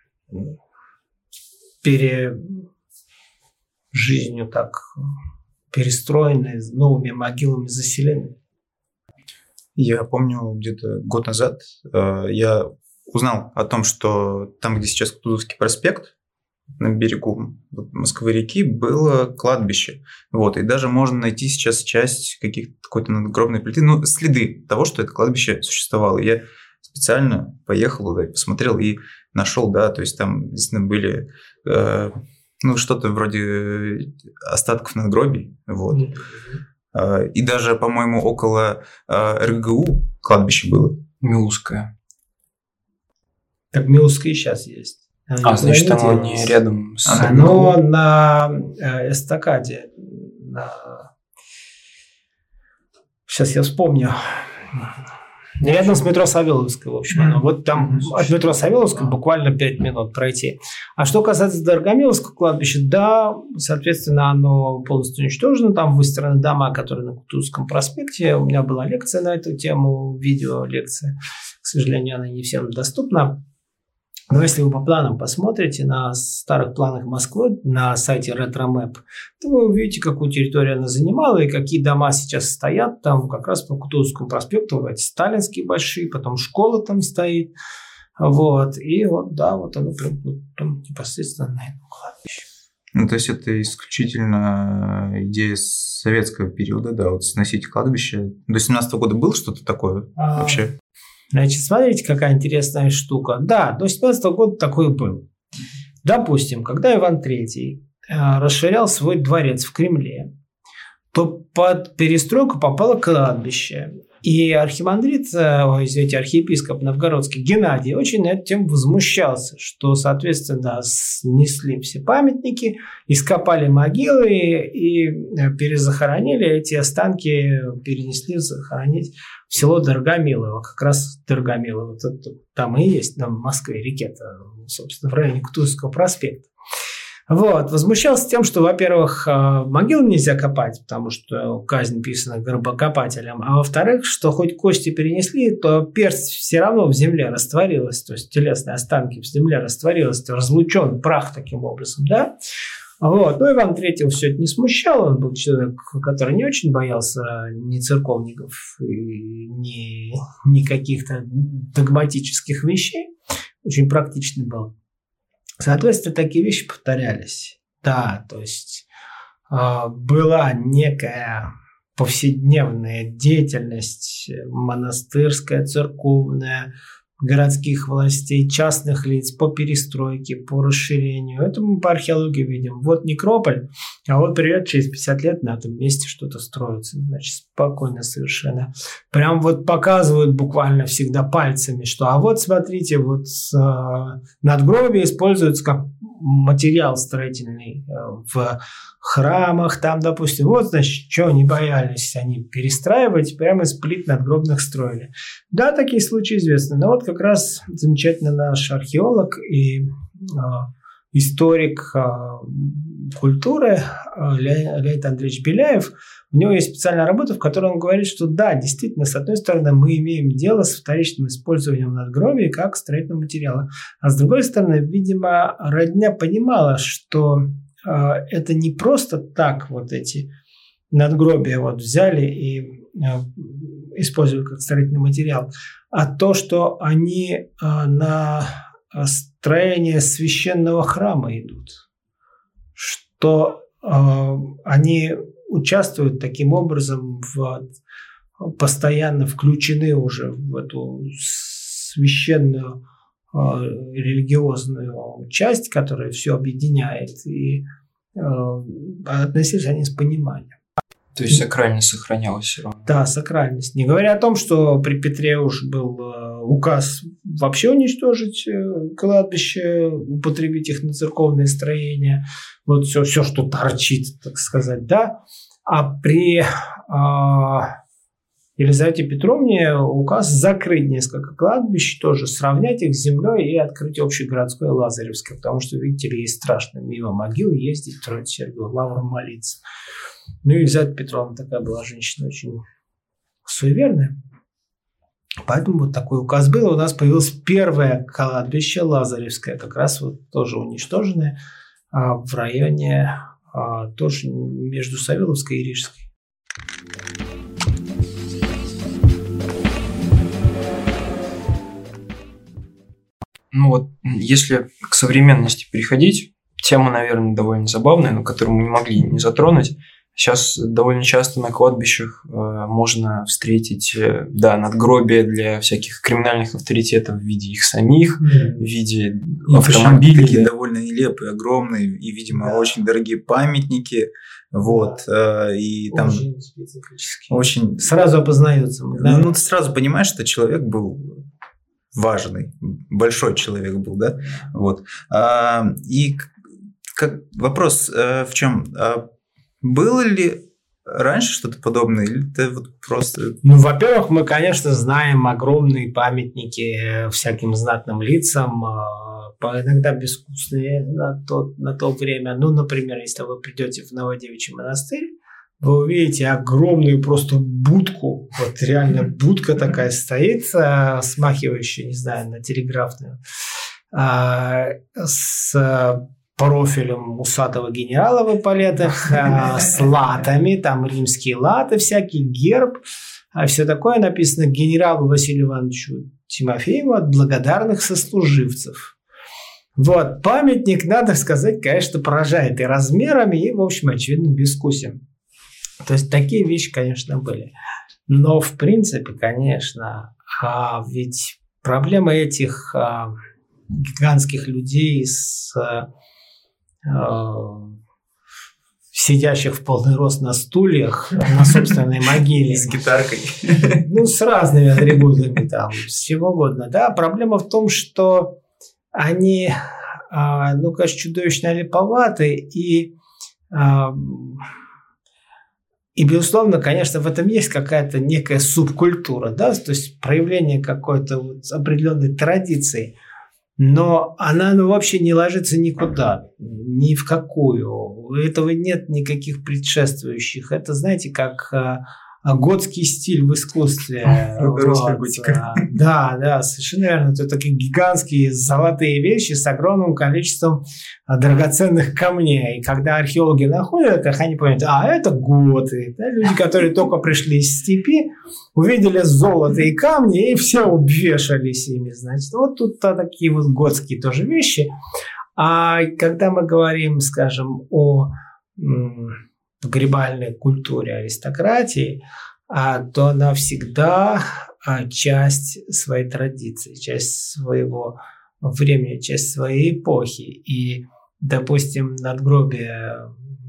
пере... жизнью так перестроены, новыми могилами заселены. Я помню, где-то год назад э, я узнал о том, что там, где сейчас Кутузовский проспект, на берегу Москвы-реки, было кладбище. Вот, и даже можно найти сейчас часть каких-то какой-то надгробной плиты, ну, следы того, что это кладбище существовало. И я специально поехал туда и посмотрел, и нашел, да, то есть там действительно были... Э, ну, что-то вроде остатков надгробий, вот. Mm-hmm. И даже, по-моему, около эр гэ у кладбище было. Милусское. Так Милусское и сейчас есть. Оно а, значит, оно не рядом с... Оно на эстакаде. На... Сейчас я вспомню. Рядом с метро Савеловской, в общем. Оно. Вот там от метро Савеловской буквально пять минут пройти. А что касается Дорогомиловского кладбища, да, соответственно, оно полностью уничтожено. Там выстроены дома, которые на Кутузовском проспекте. У меня была лекция на эту тему, видеолекция. К сожалению, она не всем доступна. Но если вы по планам посмотрите на старых планах Москвы на сайте RetroMap, то вы увидите, какую территорию она занимала и какие дома сейчас стоят там как раз по Кутузовскому проспекту. Эти сталинские большие, потом школа там стоит. Вот. И вот, да, вот оно прям вот, там непосредственно на этом кладбище. Ну, то есть это исключительно идея советского периода, да, вот сносить кладбище. До семнадцатого года было что-то такое а... вообще? Значит, смотрите, какая интересная штука. Да, до семнадцатого года такое было. Допустим, когда Иван Третий расширял свой дворец в Кремле, то под перестройку попало кладбище. И архимандрит, ой, извините, архиепископ новгородский Геннадий очень на эту тему возмущался, что, соответственно, снесли все памятники, ископали могилы и перезахоронили эти останки, перенесли захоронить в село Дорогомилово. Как раз Дорогомилово, вот это, там и есть, на Москве-реке, собственно, в районе Кутузовского проспекта. Вот. Возмущался тем, что, во-первых, могилы нельзя копать, потому что казнь писана гробокопателям, а во-вторых, что хоть кости перенесли, то персть все равно в земле растворилась, то есть телесные останки в земле растворилась, то разлучен прах таким образом, да? Вот. Но Иван Третьего все это не смущало, он был человек, который не очень боялся ни церковников, ни, ни каких-то догматических вещей, очень практичный был. Соответственно, такие вещи повторялись. Да, то есть э, была некая повседневная деятельность монастырская, церковная, городских властей, частных лиц по перестройке, по расширению. Это мы по археологии видим. Вот некрополь, а вот привет, через пятьдесят лет на этом месте что-то строится. Значит, спокойно совершенно. Прям вот показывают буквально всегда пальцами, что а вот смотрите, вот э, надгробие используется как материал строительный э, в храмах, там, допустим, вот, значит, что не боялись они перестраивать, прямо из плит надгробных строили. Да, такие случаи известны. Но вот как раз замечательно наш археолог и э, историк э, культуры э, Леонид Андреевич Беляев, у него есть специальная работа, в которой он говорит, что да, действительно, с одной стороны, мы имеем дело с вторичным использованием надгробий как строительного материала, а с другой стороны, видимо, родня понимала, что это не просто так вот эти надгробия вот взяли и использовали как строительный материал, а то, что они на строение священного храма идут, что они участвуют таким образом, в, постоянно включены уже в эту священную религиозную часть, которая все объединяет. И относились они с пониманием. То есть сакральность сохранялась все равно. Да, сакральность. Не говоря о том, что при Петре уж был указ вообще уничтожить кладбище, употребить их на церковные строения, вот все, все, что торчит, так сказать, да. А при а, Елизавете Петровне указ закрыть несколько кладбищ, тоже сравнять их с землей и открыть общегородское Лазаревское, потому что, видите ли, ей страшно мимо могил ездить, Троице Сергию Лавру молиться. Ну и Елизавета Петровна такая была женщина очень суеверная. Поэтому вот такой указ был. У нас появилось первое кладбище Лазаревское, как раз вот тоже уничтоженное а, в районе а, тоже между Савеловской и Рижской. Ну вот, если к современности переходить, тема, наверное, довольно забавная, но которую мы не могли не затронуть. Сейчас довольно часто на кладбищах э, можно встретить э, да, надгробия для всяких криминальных авторитетов в виде их самих, mm. в виде автомобилей. Такие да. довольно нелепые, огромные и, видимо, да. очень дорогие памятники. Вот, да. э, и там очень специфические. Очень... Сразу опознается. Да? Ну, ты сразу понимаешь, что человек был важный, большой человек был, да? Вот. А, и как, вопрос э, в чем? А, было ли раньше что-то подобное, или это вот просто... Ну, во-первых, мы, конечно, знаем огромные памятники всяким знатным лицам, иногда безвкусные на то, на то время. Ну, например, если вы придете в Новодевичий монастырь, вы увидите огромную просто будку, вот реально будка такая стоит, смахивающая, не знаю, на телеграфную, с профилем усатого генерала в эполетах, с латами, там римские латы всякие, герб, все такое написано генералу Василию Ивановичу Тимофееву от благодарных сослуживцев. Вот, памятник, надо сказать, конечно, поражает и размерами, и, в общем, очевидно, безвкусием. То есть такие вещи, конечно, были. Но, в принципе, конечно, а ведь проблема этих а, гигантских людей с а, сидящих в полный рост на стульях на собственной могиле. С гитаркой. Ну, с разными атрибутами, там, с чего угодно. Да, проблема в том, что они, а, ну, конечно, чудовищно липоваты и... А, И, безусловно, конечно, в этом есть какая-то некая субкультура, да, то есть проявление какой-то вот определенной традиции, но она ну, вообще не ложится никуда, ни в какую. У этого нет никаких предшествующих. Это, знаете, как а, готский стиль в искусстве. Русская готика. Да, да, совершенно верно. Это такие гигантские золотые вещи с огромным количеством драгоценных камней. И когда археологи находят их, они понимают, а, это готы. Да? Люди, которые только пришли из степи, увидели золото и камни, и все обвешались ими. Значит, вот тут такие вот готские тоже вещи. А когда мы говорим, скажем, о погребальной культуре аристократии, то она всегда часть своей традиции, часть своего времени, часть своей эпохи. И, допустим, надгробия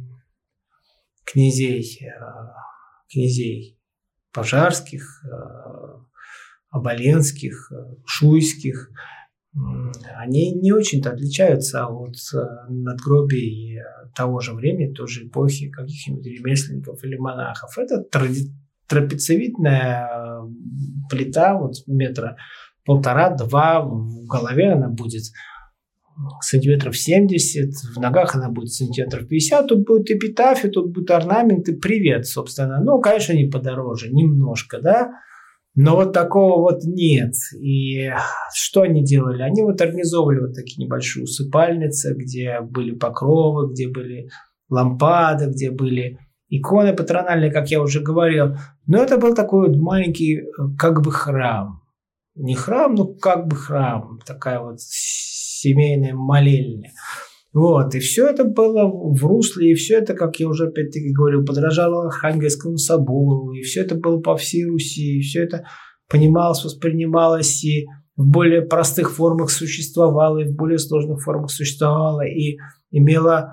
князей, князей пожарских, оболенских, шуйских, они не очень-то отличаются от надгробий того же времени, той же эпохи каких-нибудь ремесленников или монахов. Это тради- трапециевидная плита, вот метра полтора-два, в голове она будет сантиметров семьдесят, в ногах она будет сантиметров пятьдесят, тут будет эпитафия, тут будет орнамент и привет, собственно. Ну, конечно, не подороже, немножко, да, но вот такого вот нет. И что они делали? Они вот организовывали вот такие небольшие усыпальницы, где были покровы, где были лампады, где были иконы патрональные, как я уже говорил. Но это был такой вот маленький как бы храм. Не храм, но как бы храм. Такая вот семейная молельня. Вот, и все это было в русле, и все это, как я уже опять-таки говорил, подражало Архангельскому собору, и все это было по всей Руси, и все это понималось, воспринималось, и в более простых формах существовало, и в более сложных формах существовало, и имело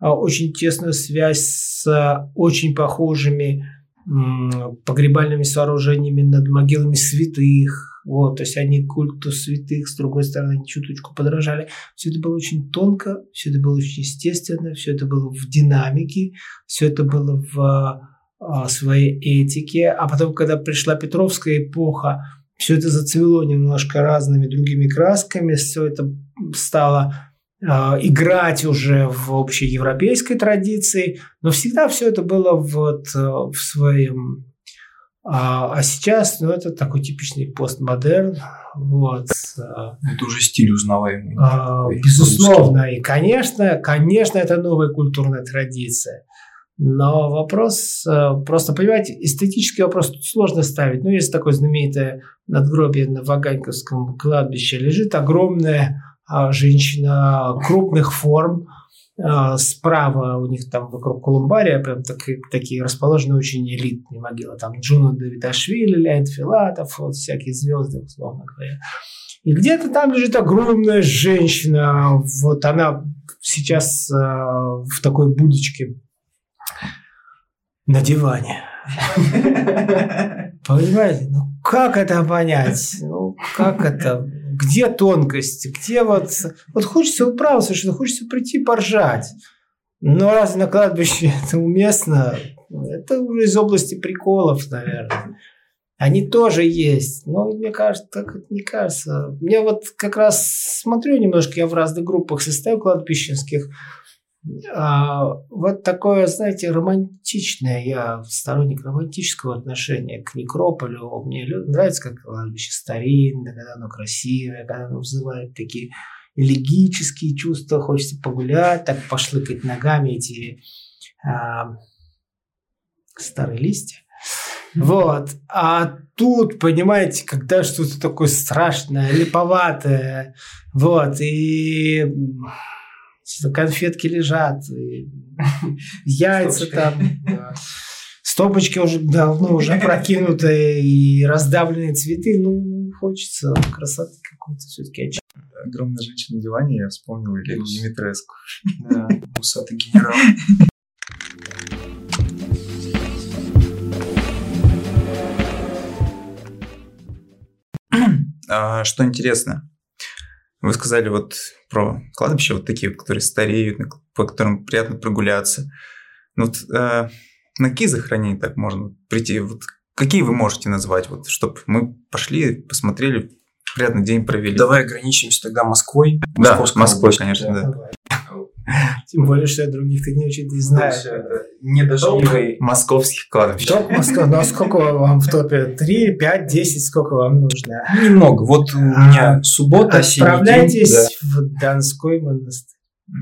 очень тесную связь с очень похожими погребальными сооружениями над могилами святых. Вот, то есть они культу святых, с другой стороны, чуточку подражали. Все это было очень тонко, все это было очень естественно, все это было в динамике, все это было в а, своей этике. А потом, когда пришла Петровская эпоха, все это зацвело немножко разными другими красками, все это стало а, играть уже в общеевропейской традиции, но всегда все это было вот в своем... А, а сейчас, ну, это такой типичный постмодерн. Вот. Это уже стиль узнаваемый. А, безусловно. И, конечно, конечно, это новая культурная традиция. Но вопрос, просто, понимаете, эстетический вопрос тут сложно ставить. Ну, есть такое знаменитое надгробие на Ваганьковском кладбище. Лежит огромная а, женщина крупных форм. Справа у них там вокруг колумбария прям так, такие расположены очень элитные могилы. Там Джуно Давидашвили, Леонид Филатов, вот всякие звезды, условно говоря. И где-то там лежит огромная женщина. Вот она сейчас э, в такой будочке на диване. Понимаете? Ну, как это понять? Ну, как это... Где тонкость? Где вот... Вот хочется, вот право совершенно, хочется прийти поржать. Но разве на кладбище это уместно? Это уже из области приколов, наверное. Они тоже есть. Но мне кажется, так это не кажется. Мне вот как раз смотрю немножко, я в разных группах состою кладбищенских. А, вот такое, знаете, романтичное, я сторонник романтического отношения к некрополю. Мне нравится, как кладбище старинное, когда оно красивое, когда оно вызывает такие элегические чувства, хочется погулять, так пошлыкать ногами эти а, старые листья. Вот. А тут, понимаете, когда что-то такое страшное, липоватое, вот, и... конфетки лежат, яйца там, стопочки уже давно уже прокинутые и раздавленные цветы. Ну, хочется красоты какой-то все-таки. Огромная женщина на диване, я вспомнил Димитреску. Да, усатый генерал. Что интересно, вы сказали вот про кладбища, вот такие, вот, которые стареют, по которым приятно прогуляться. Ну, вот, э, на какие захоронения так можно прийти? Вот, какие вы можете назвать, вот, чтобы мы пошли, посмотрели, приятный день провели? Давай ограничимся тогда Москвой. Да, Москвой, конечно, да. да. Тем более, что я других-то не очень не знаю. Недоживый. Московских кладбищ. Топ Москва. Ну, а сколько вам в топе? три, пять, десять? Сколько вам нужно? Немного. Вот у меня суббота, отправляйтесь да. в Донской монастырь.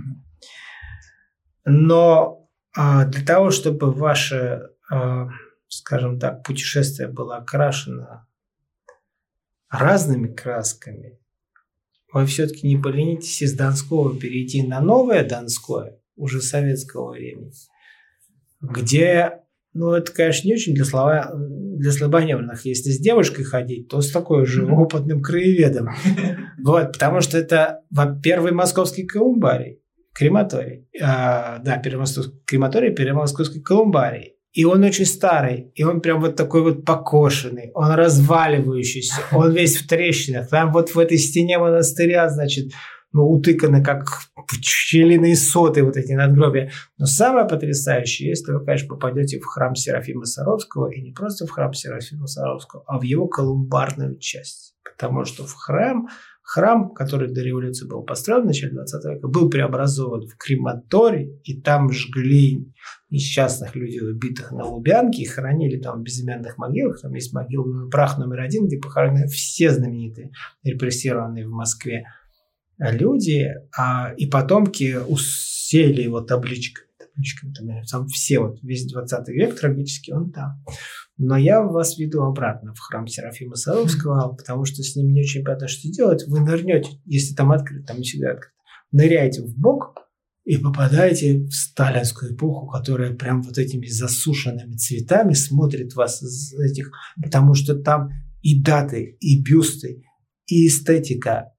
Но а, для того, чтобы ваше, а, скажем так, путешествие было окрашено разными красками, вы все-таки не поленитесь из Донского перейти на новое Донское, уже советского времени, где, ну, это, конечно, не очень для, слова, для слабонервных. Если с девушкой ходить, то с такой же опытным краеведом. Вот, потому что это, во первый московский колумбарий, крематорий. А, да, первый московский крематорий, первый московский колумбарий. И он очень старый, и он прям вот такой вот покошенный, он разваливающийся, он весь в трещинах. Там вот в этой стене монастыря, значит, ну, утыканы как пчелиные соты вот эти надгробия. Но самое потрясающее, если вы, конечно, попадете в храм Серафима Саровского, и не просто в храм Серафима Саровского, а в его колумбарную часть. Потому что в храм, храм, который до революции был построен в начале двадцатого века, был преобразован в крематорий, и там жгли несчастных людей, убитых на Лубянке, и хоронили там в безымянных могилах. Там есть могила, прах номер один, где похоронены все знаменитые репрессированные в Москве люди, а, и потомки усеяли его табличками. табличками там, там все, вот весь двадцатый век трагически, он там. Но я вас веду обратно в храм Серафима Саровского, потому что с ним не очень понятно, что делать. Вы нырнете, если там открыто, там не всегда открыто, ныряете в бок и попадаете в сталинскую эпоху, которая прям вот этими засушенными цветами смотрит вас из этих, потому что там и даты, и бюсты, и эстетика,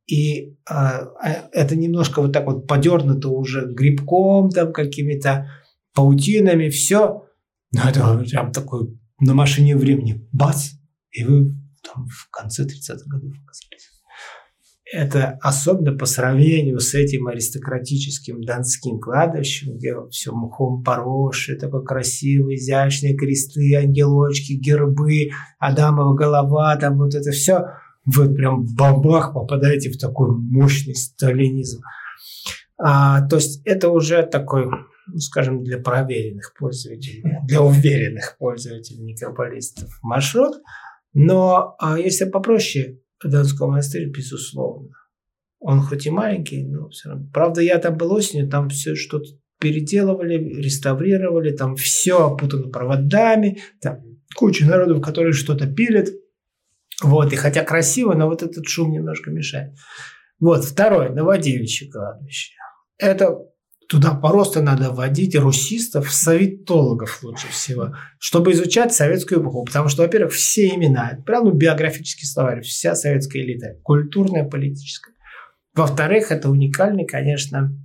И а, это немножко вот так вот подернуто уже грибком, там какими-то паутинами, все. Но это прям такой на машине времени. Бац! И вы там в конце тридцатых годов оказались. Это особенно по сравнению с этим аристократическим донским кладбищем, где все мхом поросшее, такой красивый, изящные кресты, ангелочки, гербы, Адамова голова, там вот это все. Вы прям в бабах попадаете в такой мощный сталинизм. А, то есть это уже такой, ну, скажем, для проверенных пользователей, для уверенных пользователей некрополистов маршрут. Но а если попроще, Донской монастырь, безусловно. Он хоть и маленький, но все равно. Правда, я там был осенью, там все что-то переделывали, реставрировали, там все опутано проводами, там куча народов, которые что-то пилят. Вот, и хотя красиво, но вот этот шум немножко мешает. Вот, второе, Новодевичье кладбище. Это туда просто надо вводить русистов, советологов лучше всего, чтобы изучать советскую эпоху. Потому что, во-первых, все имена, прям ну, биографический словарь, вся советская элита, культурная, политическая. Во-вторых, это уникальный, конечно,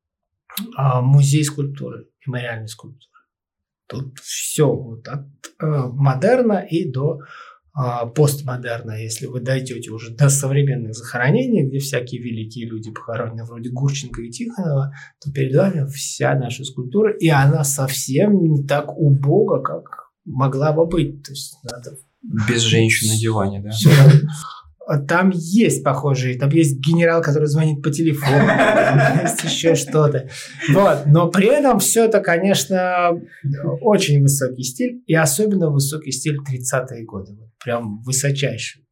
музей скульптуры, мемориальной скульптуры. Тут все вот от модерна и до постмодерна. Если вы дойдете уже до современных захоронений, где всякие великие люди похоронены, вроде Гурченко и Тихонова, то перед вами вся наша скульптура, и она совсем не так убога, как могла бы быть. То есть надо... Без женщин на диване, да? Все. Там есть похожие, там есть генерал, который звонит по телефону, там есть еще что-то. Вот. Но при этом все это, конечно, очень высокий стиль, и особенно высокий стиль тридцатые годы. Прям высочайший.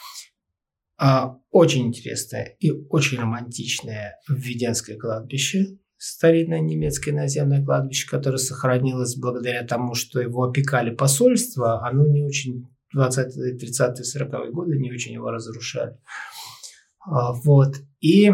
А, очень интересное и очень романтичное Введенское кладбище, старинное немецкое наземное кладбище, которое сохранилось благодаря тому, что его опекали посольства. Оно не очень... двадцатые, тридцатые, сороковые годы не очень его разрушали. А, вот. И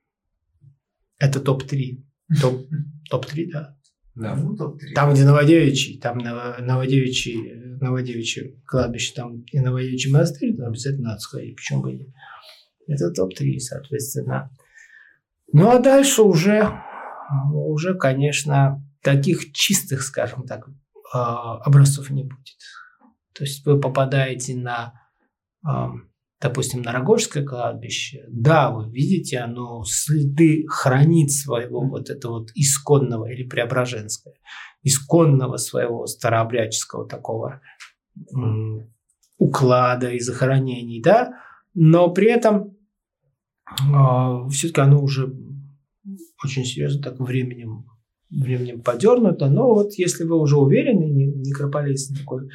это топ три. Топ, топ-три, да. Да. Ну, топ-три. Там, где Новодевичий, там Новодевичий, Новодевичье кладбище, там и Новодевичий монастырь, там обязательно надо сходить. Почему бы нет? Это топ-три, соответственно. Ну, а дальше уже, уже, конечно, таких чистых, скажем так, образцов не будет. То есть вы попадаете на, допустим, на Рогожское кладбище. Да, вы видите, оно следы хранит своего вот этого вот исконного, или Преображенское, исконного своего старообрядческого такого м, уклада и захоронений, да, но при этом э, все-таки оно уже очень серьезно так временем, временем подернуто. Но вот если вы уже уверены, некрополист такой,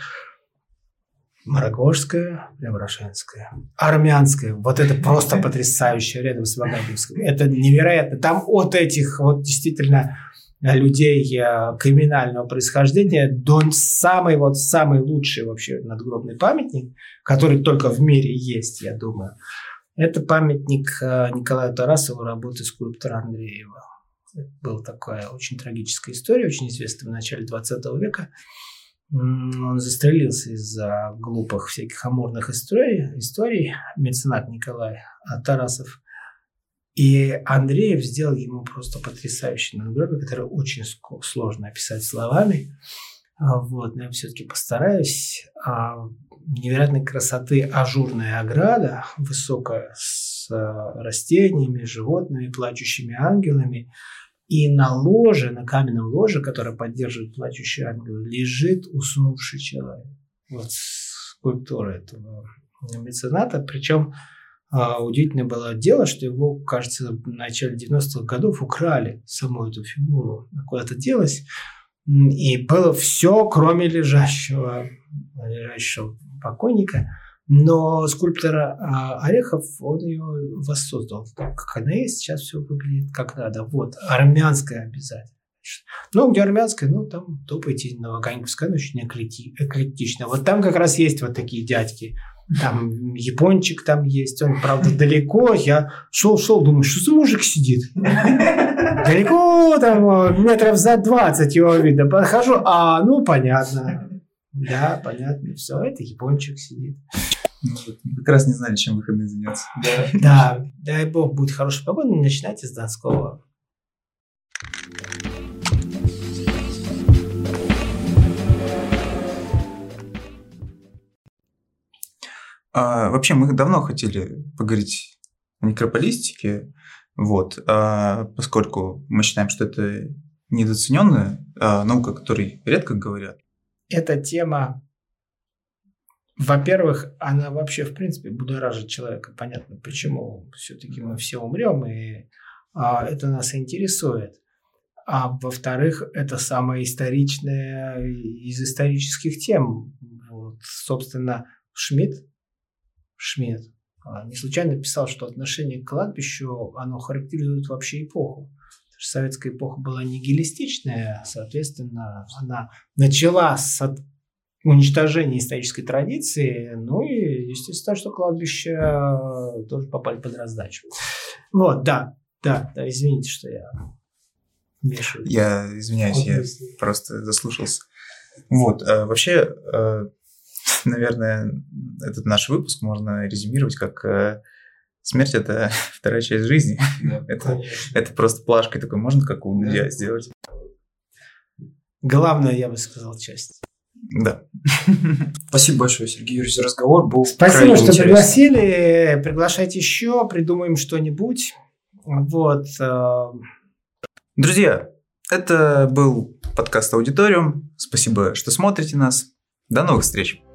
Рогожское, Преображенское, Армянское. Вот это просто потрясающе рядом с Ваганьковским. Это невероятно. Там от этих вот действительно людей криминального происхождения до самый вот самый лучший вообще надгробный памятник, который только в мире есть, я думаю. Это памятник Николаю Тарасову работы скульптора Андреева. Это была такая очень трагическая история, очень известная в начале двадцатого века. Он застрелился из-за глупых всяких амурных историй, историй меценат Николай Тарасов. И Андреев сделал ему просто потрясающий надгробие, который очень сложно описать словами. Вот, но я все-таки постараюсь. Невероятной красоты ажурная ограда, высокая, с растениями, животными, плачущими ангелами. И на ложе, на каменном ложе, которое поддерживает плачущий ангел, лежит уснувший человек. Вот скульптура этого мецената. Причем а, удивительное было дело, что его, кажется, в начале девяностых годов украли саму эту фигуру. Куда-то делась. И было все, кроме лежащего, лежащего покойника. Но скульптор а, Орехов, он ее воссоздал. Как она есть, сейчас все выглядит как надо. Вот, армянская обязательно. Ну, где армянская, ну, там топайте на Ваганьковское, но очень эклектично. Вот там как раз есть вот такие дядьки. Там япончик там есть, он, правда, далеко. Я шел-шел, думаю, что за мужик сидит? Далеко, там, метров за двадцать его видно. Подхожу, а, ну, понятно. Да, понятно, все, это япончик сидит. Ну, как раз не знали, чем выходные заняться. Да, дай бог, будет хорошая погода, начинайте с Донского. А, вообще, мы давно хотели поговорить о некрополистике, вот, а, поскольку мы считаем, что это недооцененная а, наука, о которой редко говорят. Эта тема, во-первых, она вообще, в принципе, будоражит человека. Понятно, почему все-таки мы все умрем, и а, это нас интересует. А во-вторых, это самая историчная из исторических тем. Вот, собственно, Шмидт, Шмидт не случайно писал, что отношение к кладбищу, оно характеризует вообще эпоху. Потому что советская эпоха была нигилистичная, соответственно, она начала с уничтожения исторической традиции, ну и, естественно, что кладбища тоже попали под раздачу. Вот, да, да, да, извините, что я мешаю. Я извиняюсь, я просто заслушался. Вот, а, вообще... Наверное, этот наш выпуск можно резюмировать как э, смерть – это вторая часть жизни. Да, это, это просто плашкой такой, можно как у Дудя да. сделать? Главное, я бы сказал, часть. Да. Спасибо большое, Сергей Юрьевич, за разговор. Был Спасибо, что интересный. пригласили. Приглашайте еще, придумаем что-нибудь. Вот. Друзья, это был подкаст «Аудиториум». Спасибо, что смотрите нас. До новых встреч!